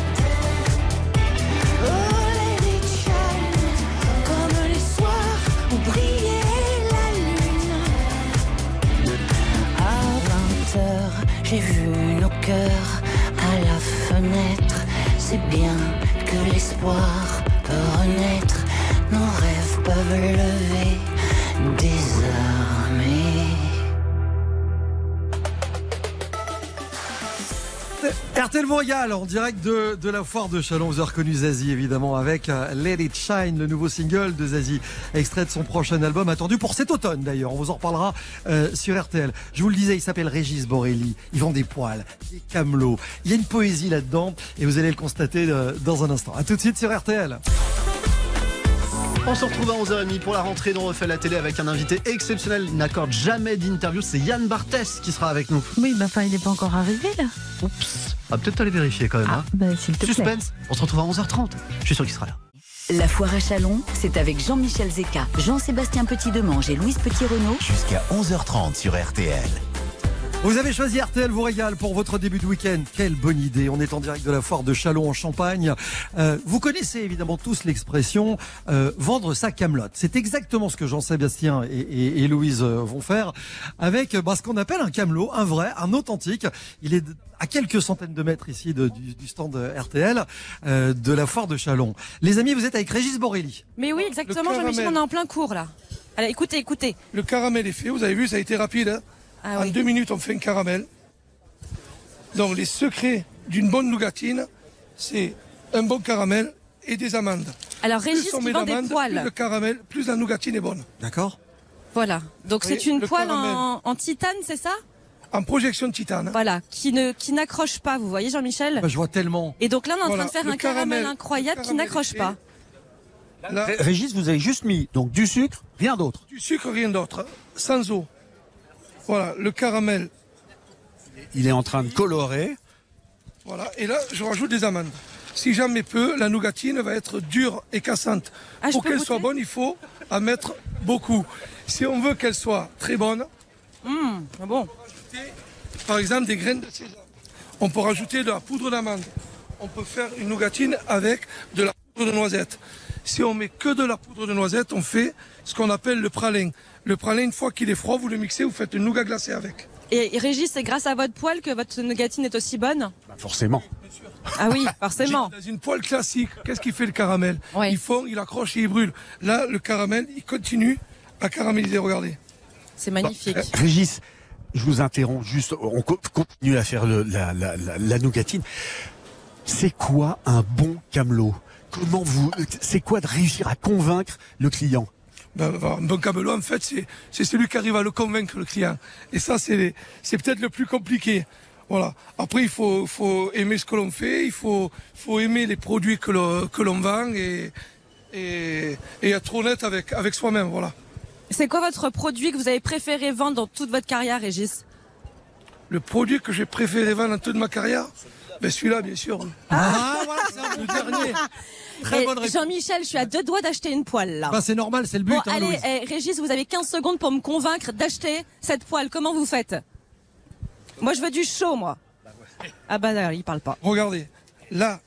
Oh, let it shine. Comme les soirs où brillait la lune. À vingt heures, j'ai vu nos cœurs à la fenêtre. C'est bien que l'espoir peut renaître. Nos rêves peuvent lever désormais. R T L Montréal en direct de, de la foire de Chalon. Vous avez reconnu Zazie évidemment avec euh, Let It Shine, le nouveau single de Zazie, extrait de son prochain album attendu pour cet automne d'ailleurs. On vous en reparlera euh, sur R T L. Je vous le disais, il s'appelle Régis Borelli. Il vend des poils, des camelots. Il y a une poésie là-dedans et vous allez le constater euh, dans un instant. A tout de suite sur R T L. On se retrouve à onze heures trente pour la rentrée dont on refait la télé avec un invité exceptionnel. Il n'accorde jamais d'interview. C'est Yann Barthès qui sera avec nous. Oui, bah enfin, il n'est pas encore arrivé là. Oups. On va peut-être aller vérifier quand même. Ah, hein. bah, s'il te plaît. Suspense. On se retrouve à onze heures trente. Je suis sûr qu'il sera là. La foire à Chalon, c'est avec Jean-Michel Zeka, Jean-Sébastien Petit-Demange et Louise Petit-Renaud. Jusqu'à onze heures trente sur R T L. Vous avez choisi R T L vous régale pour votre début de week-end. Quelle bonne idée. On est en direct de la foire de Chalon en Champagne. Euh, vous connaissez évidemment tous l'expression euh, vendre sa camelote. C'est exactement ce que Jean-Sébastien et, et, et Louise euh, vont faire avec bah, ce qu'on appelle un camelot, un vrai, un authentique. Il est à quelques centaines de mètres ici de, du, du stand R T L euh, de la foire de Chalon. Les amis, vous êtes avec Régis Borelli. Mais oui, exactement, Jean-Michel, on est en plein cours là. Allez, écoutez, écoutez. Le caramel est fait, vous avez vu, ça a été rapide. Hein. Ah, en oui. deux minutes, on fait un caramel. Donc, les secrets d'une bonne nougatine, c'est un bon caramel et des amandes. Alors, Régis Plus on qui met vend des d'amandes, poils. Plus le caramel, plus la nougatine est bonne. D'accord. Voilà. Donc, Oui, c'est une le poêle caramel. en, en titane, c'est ça? En projection de titane. Voilà. Qui ne, qui n'accroche pas, vous voyez, Jean-Michel? Bah, je vois tellement. Et donc là, on est en Voilà, train de faire le un caramel, caramel- incroyable le qui caramel n'accroche est pas. Là, Ré- Régis, vous avez juste mis donc du sucre, rien d'autre. du sucre, rien d'autre. Sans eau. Voilà, le caramel. Il est en train de colorer. Voilà. Et là, je rajoute des amandes. Si j'en mets peu, la nougatine va être dure et cassante. Ah, je Pour peux qu'elle goûter soit bonne, il faut en mettre beaucoup. Si on veut qu'elle soit très bonne, Hum, ah bon. par exemple des graines de sésame. On peut rajouter de la poudre d'amande. On peut faire une nougatine avec de la poudre de noisette. Si on met que de la poudre de noisette, on fait ce qu'on appelle le pralin. Le pralin, une fois qu'il est froid, vous le mixez, vous faites une nougat glacée avec. Et, et Régis, c'est grâce à votre poêle que votre nougatine est aussi bonne? Bah, forcément. Ah oui, forcément. Dans une poêle classique, qu'est-ce qui fait le caramel? Oui. Il fond, il accroche et il brûle. Là, le caramel, il continue à caraméliser, regardez. C'est magnifique. Euh, Régis, je vous interromps juste, on co- continue à faire le- la, la, la, la nougatine. C'est quoi un bon camelot? Comment vous, c'est quoi de réussir à convaincre le client? Ben, un bon camelot, en fait, c'est, c'est celui qui arrive à le convaincre, le client. Et ça, c'est, les- c'est peut-être le plus compliqué. Voilà. Après, il faut, faut aimer ce que l'on fait, il faut, faut aimer les produits que l'on, que l'on vend et, et, et être honnête avec, avec soi-même. Voilà. C'est quoi votre produit que vous avez préféré vendre dans toute votre carrière, Régis? Le produit que j'ai préféré vendre dans toute ma carrière, ben celui-là, bien sûr. Ah, voilà, c'est un bon Le dernier. Très Et bonne réponse. Jean-Michel, je suis à deux doigts d'acheter une poêle là. Bah, c'est normal, c'est le but. Bon, hein, allez, Louise. eh, Régis, vous avez quinze secondes pour me convaincre d'acheter cette poêle. Comment vous faites? Moi, je veux du chaud, moi. Ah bah, non, il parle pas. Regardez, là,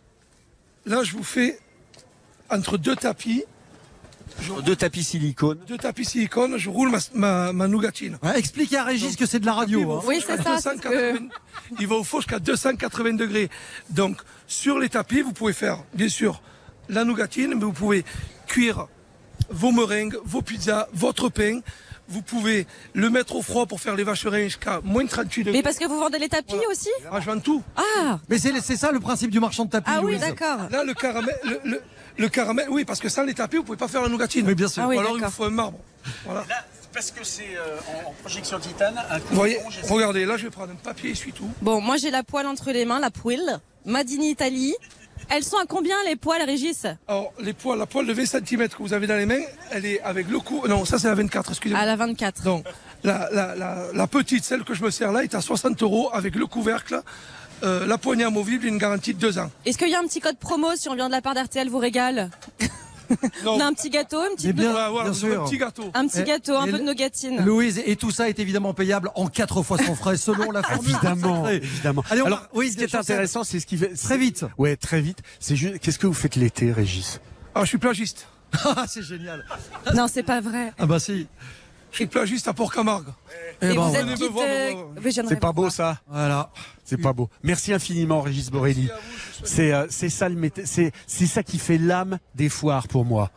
là, je vous fais entre deux tapis. Je- Deux tapis silicone. Deux tapis silicone, je roule ma, ma, ma nougatine. Ouais, expliquez à Régis que c'est de la radio. hein. Oui, c'est ça, c'est ce que- Il va au four jusqu'à deux cent quatre-vingts degrés. Donc, sur les tapis, vous pouvez faire, bien sûr, la nougatine, mais vous pouvez cuire vos meringues, vos pizzas, votre pain. Vous pouvez le mettre au froid pour faire les vacherins jusqu'à moins de trente-huit degrés. Mais parce que vous vendez les tapis aussi? Ah, je vends tout. Ah, Mais c'est c'est ça le principe du marchand de tapis. ah oui, Louise. d'accord. Là, le caramel, le, le- le caramel, oui, parce que sans les tapis, vous pouvez pas faire la nougatine. Oui, bien sûr. Ah oui, Ou alors, il vous d'accord. faut un marbre. Voilà. Là, parce que c'est euh, en, en projection titane, un Vous voyez, regardez, là, je vais prendre un papier essuie-tout. Bon, moi, j'ai la poêle entre les mains, la poêle, Made in Italy. Elles sont à combien les poêles, Régis? Alors, les poils, la poêle de vingt centimètres que vous avez dans les mains, elle est avec le cou. Non, ça, c'est la vingt-quatre, excusez-moi. À la vingt-quatre. Donc, la, la, la, la petite, celle que je me sers là, est à soixante euros avec le couvercle, euh, la poignée amovible et une garantie de deux ans. Est-ce qu'il y a un petit code promo si on vient de la part d'R T L vous régale? Non. On a un petit gâteau, une Mais petite bien, Voilà, voilà, bien vous avez sûr. un petit gâteau. un petit Et- gâteau, un et peu de le- nougatine. Louise, et tout ça est évidemment payable en quatre fois sans frais selon la formule. Évidemment, consacrée. évidemment. Allez, on Alors, va- oui, ce qui est Chancel. intéressant, c'est ce qui fait Très vite. Ouais, très vite. C'est juste. Qu'est-ce que vous faites l'été, Régis? Ah, je suis plagiste. Ah, c'est génial. Non, c'est pas vrai. Ah bah si. Je suis plagiste à Port-Camargue. Eh Et ben, vous voilà. êtes venez me quitte, voir, euh, moi. mais j'aimerais C'est pas vous beau voir. ça? Voilà. C'est pas beau. Merci infiniment, Régis Borelli. C'est euh, c'est ça le méta- c'est c'est ça qui fait l'âme des foires pour moi.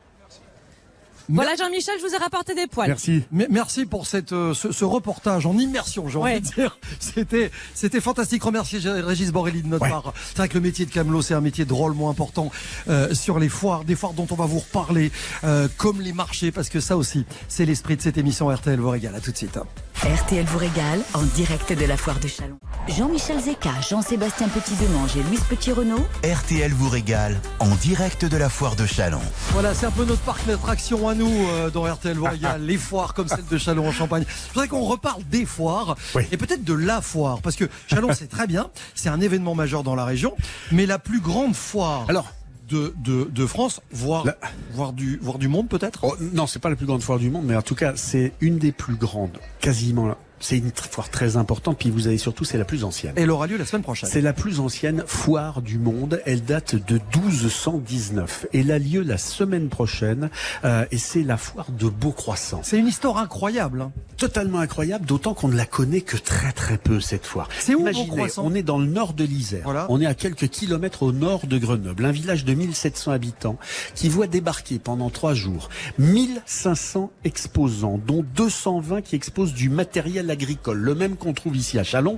Voilà, Jean-Michel, je vous ai rapporté des poils. Merci. Mais merci pour cette, euh, ce, ce reportage en immersion, j'ai Ouais. envie de dire. C'était, c'était fantastique. Remercier Gé- Régis Borelli de notre Ouais. part. C'est vrai que le métier de camelot, c'est un métier drôlement important euh, sur les foires, des foires dont on va vous reparler, euh, comme les marchés, parce que ça aussi, c'est l'esprit de cette émission R T L vous régale. À tout de suite. R T L vous régale en direct de la foire de Chalon. Jean-Michel Zeka, Jean-Sébastien Petit-Demange et Louise Petit-Renaud. R T L vous régale en direct de la foire de Chalon. Voilà, c'est un peu notre parc d'attractions à nous euh, dans R T L vous régale, les foires comme celle de Chalon en Champagne. Je voudrais qu'on reparle des foires Oui. et peut-être de la foire, parce que Chalon c'est très bien, c'est un événement majeur dans la région, mais la plus grande foire Alors. de, de, de France, voire, La- voire, du, voire du monde peut-être. Oh, non, c'est pas la plus grande foire du monde, mais en tout cas, c'est une des plus grandes, quasiment. C'est une tr- foire très importante, puis vous avez surtout, c'est la plus ancienne. Et elle aura lieu la semaine prochaine. C'est la plus ancienne foire du monde. Elle date de douze cent dix-neuf. Elle a lieu la semaine prochaine, euh, et c'est la foire de Beaucroissant. C'est une histoire incroyable. hein. Totalement incroyable, d'autant qu'on ne la connaît que très très peu cette foire. C'est où, Imaginez, Beaucroissant on est dans le nord de l'Isère. Voilà. On est à quelques kilomètres au nord de Grenoble, un village de mille sept cents habitants qui voit débarquer pendant trois jours mille cinq cents exposants, dont deux cent vingt qui exposent du matériel agricole, le même qu'on trouve ici à Chalon.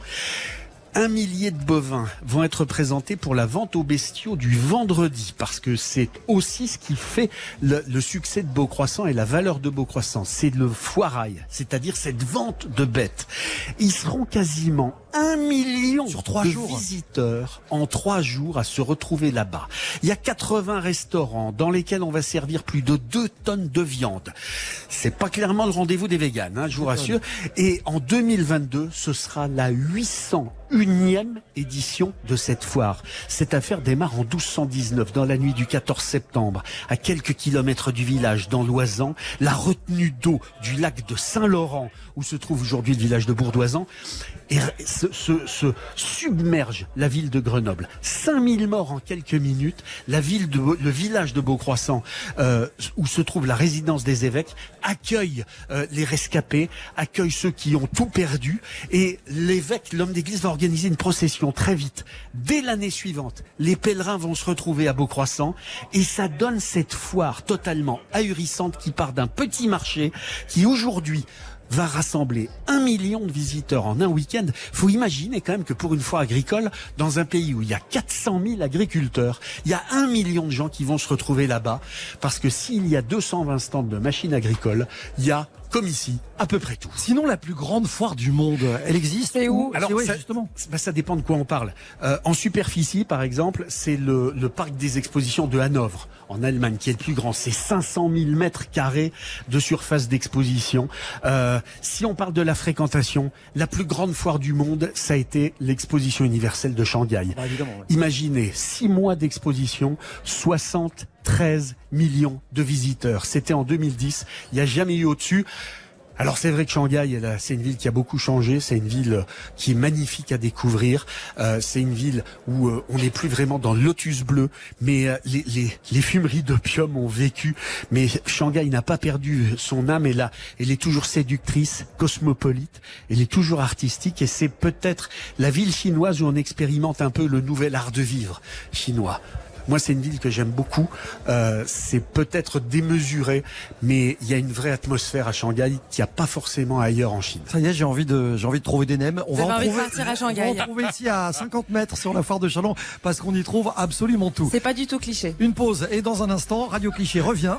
Un millier de bovins vont être présentés pour la vente aux bestiaux du vendredi, parce que c'est aussi ce qui fait le, le succès de Beaucroissant et la valeur de Beaucroissant. C'est le foirail, c'est-à-dire cette vente de bêtes. Ils seront quasiment un million Sur trois de jours. visiteurs en trois jours à se retrouver là-bas. Il y a quatre-vingts restaurants dans lesquels on va servir plus de deux tonnes de viande. C'est pas clairement le rendez-vous des véganes, hein, je vous rassure. Et en deux mille vingt-deux, ce sera la huit cent unième édition de cette foire. Cette affaire démarre en douze cent dix-neuf, dans la nuit du quatorze septembre, à quelques kilomètres du village, dans l'Oisans, la retenue d'eau du lac de Saint-Laurent, où se trouve aujourd'hui le village de Bourdoisan, et se, se, se submerge la ville de Grenoble. cinq mille morts en quelques minutes. La ville de, le village de Beaucroissant, euh, où se trouve la résidence des évêques, accueille euh, les rescapés, accueille ceux qui ont tout perdu. Et l'évêque, l'homme d'église, va organiser une procession très vite. Dès l'année suivante, les pèlerins vont se retrouver à Beaucroissant. Et ça donne cette foire totalement ahurissante qui part d'un petit marché qui aujourd'hui va rassembler un million de visiteurs en un week-end. Faut imaginer quand même que pour une foire agricole, dans un pays où il y a quatre cent mille agriculteurs, il y a un million de gens qui vont se retrouver là-bas, parce que s'il y a deux cent vingt stands de machines agricoles, il y a, comme ici, à peu près tout. Sinon, la plus grande foire du monde, elle existe C'est où? Alors, ouais, ça, justement. bah, ça dépend de quoi on parle. Euh, en superficie, par exemple, c'est le, le parc des expositions de Hanovre, en Allemagne, qui est le plus grand. C'est cinq cent mille mètres carrés de surface d'exposition. Euh, si on parle de la fréquentation, la plus grande foire du monde, ça a été l'exposition universelle de Shanghai. Bah, évidemment, ouais. Imaginez, six mois d'exposition, soixante-treize millions de visiteurs. C'était en deux mille dix. Il n'y a jamais eu au-dessus. Alors c'est vrai que Shanghai, elle a- c'est une ville qui a beaucoup changé, c'est une ville qui est magnifique à découvrir, euh, c'est une ville où euh, on n'est plus vraiment dans le lotus bleu, mais euh, les, les, les fumeries d'opium ont vécu, mais Shanghai n'a pas perdu son âme, elle, a, elle est toujours séductrice, cosmopolite, elle est toujours artistique, et c'est peut-être la ville chinoise où on expérimente un peu le nouvel art de vivre chinois. Moi, c'est une ville que j'aime beaucoup. Euh, c'est peut-être démesuré, mais il y a une vraie atmosphère à Shanghai qu'il n'y a pas forcément ailleurs en Chine. Ça y est, j'ai envie de, j'ai envie de trouver des nems. On Vous avez en envie de trouver, partir à on Shanghai. va en trouver ici à cinquante mètres sur la foire de Chalon, parce qu'on y trouve absolument tout. C'est pas du tout cliché. Une pause, et dans un instant, Radio Cliché revient.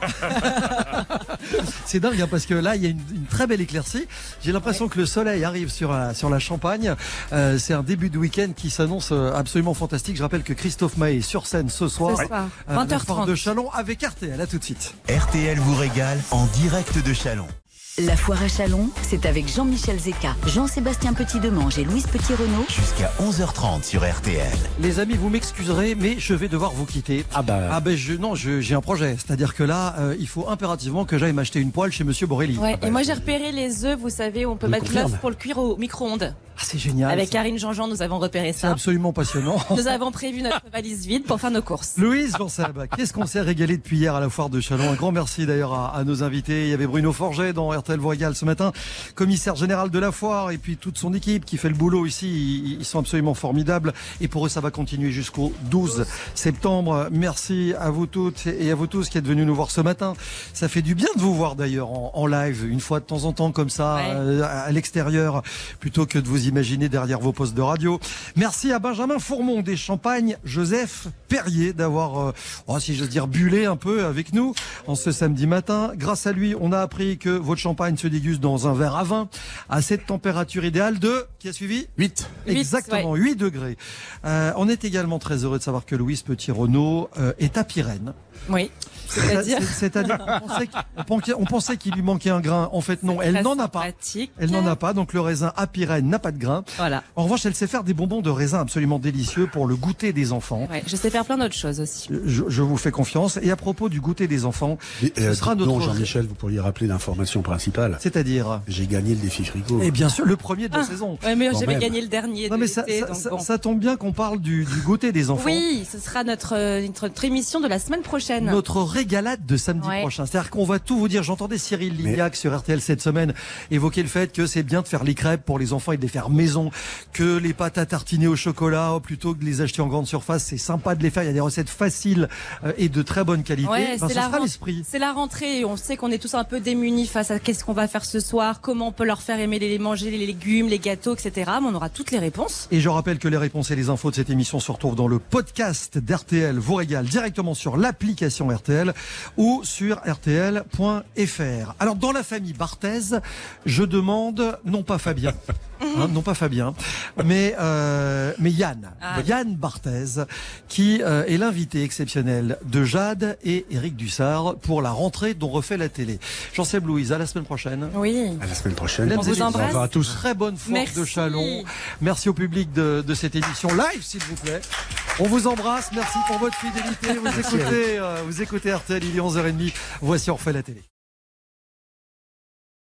C'est dingue, hein, parce que là, il y a une, une très belle éclaircie. J'ai l'impression que le soleil arrive sur la, sur la Champagne. Euh, c'est un début de week-end qui s'annonce euh, absolument fantastique. Je rappelle que Christophe Maé est sur scène ce soir. Ce soir, euh, vingt heures la foire trente. de Chalon avec R T L. À tout de suite. R T L vous régale en direct de Chalon. La foire à Chalon, c'est avec Jean-Michel Zeka, Jean-Sébastien Petit-Demange et Louise Petit-Renaud. Jusqu'à onze heures trente sur R T L. Les amis, vous m'excuserez, mais je vais devoir vous quitter. Ah bah... Ah ben je, non, je- j'ai un projet. C'est-à-dire que là, euh, il faut impérativement que j'aille m'acheter une poêle chez Monsieur Borelli. Ouais, bah, et moi j'ai repéré les œufs, vous savez, où on peut Je mettre confirme. l'œuf pour le cuire au micro-ondes. Ah, c'est génial. Avec C'est- Karine Jean-Jean, nous avons repéré C'est ça. absolument passionnant. Nous avons prévu notre valise vide pour faire nos courses. Louise Jean-Seb, qu'est-ce qu'on s'est régalé depuis hier à la foire de Chalon. Un grand merci d'ailleurs à, à nos invités. Il y avait Bruno Forget dans R T L vous régale ce matin, commissaire général de la foire, et puis toute son équipe qui fait le boulot ici. Ils, ils sont absolument formidables, et pour eux ça va continuer jusqu'au douze septembre. Merci à vous toutes et à vous tous qui êtes venus nous voir ce matin. Ça fait du bien de vous voir d'ailleurs en, en live, une fois de temps en temps comme ça, Ouais. euh, à, à l'extérieur, plutôt que de vous imaginer derrière vos postes de radio. Merci à Benjamin Fourmont des Champagnes, Joseph Perrier d'avoir, euh, oh, si j'ose dire, bullé un peu avec nous en ce samedi matin. Grâce à lui, on a appris que votre champagne se déguste dans un verre à vin à cette température idéale de, qui a suivi huit. Exactement, huit degrés. Euh, on est également très heureux de savoir que Louise Petit-Renaud euh, est à Pyrène. Oui. C'est-à-dire C'est- C'est-à-dire qu'on pensait qu'il- on pensait- on pensait qu'il lui manquait un grain. En fait, non, elle Très n'en a pas. sympathique. Elle n'en a pas, donc le raisin à Pyrène n'a pas de grain. Voilà. En revanche, elle sait faire des bonbons de raisin absolument délicieux pour le goûter des enfants. Ouais, je sais faire plein d'autres choses aussi. Je, je vous fais confiance. Et à propos du goûter des enfants, Et, ce euh, sera non, notre... Jean-Michel, vous pourriez rappeler l'information principale. C'est-à-dire J'ai gagné le défi frigo. Et bien sûr, le premier de la Ah, saison. Ouais, mais Quand j'avais même. gagné le dernier. Non de mais ça, l'été, ça, donc ça- bon. ça tombe bien qu'on parle du, du goûter des enfants. Oui, ce sera notre, euh, notre, notre émission de la semaine prochaine. Notre régalade de samedi Ouais. prochain. C'est-à-dire qu'on va tout vous dire. J'entendais Cyril Lignac sur R T L cette semaine évoquer le fait que c'est bien de faire les crêpes pour les enfants et de les faire maison, que les pâtes à tartiner au chocolat, oh, plutôt que de les acheter en grande surface, c'est sympa de les faire. Il y a des recettes faciles euh, et de très bonne qualité. Ouais, Ben, c'est ce la, sera ren- l'esprit. c'est la rentrée et on sait qu'on est tous un peu démunis face à qu'est-ce qu'on va faire ce soir, comment on peut leur faire aimer les manger, les légumes, les gâteaux, et cetera. Mais on aura toutes les réponses. Et je rappelle que les réponses et les infos de cette émission se retrouvent dans le podcast d'R T L vous régale directement sur l'application R T L ou sur R T L point F R. Alors dans la famille Barthez, je demande non pas Fabien, hein, non pas Fabien, mais euh, mais Yann, Ah. Yann Barthez, qui euh, est l'invité exceptionnel de Jade et Éric Dussard pour la rentrée dont refait la télé. Jean-Seb Louise, à la semaine prochaine. Oui. À la semaine prochaine. Mesdames On et vous messieurs, embrasse. Au revoir à tous. Très bonne foire Merci. de Chalon. Merci au public de, de cette émission live, s'il vous plaît. On vous embrasse. Merci pour votre fidélité. Vous écoutez, euh, vous écoutez R T L, il est onze heures trente. Voici On refait la télé.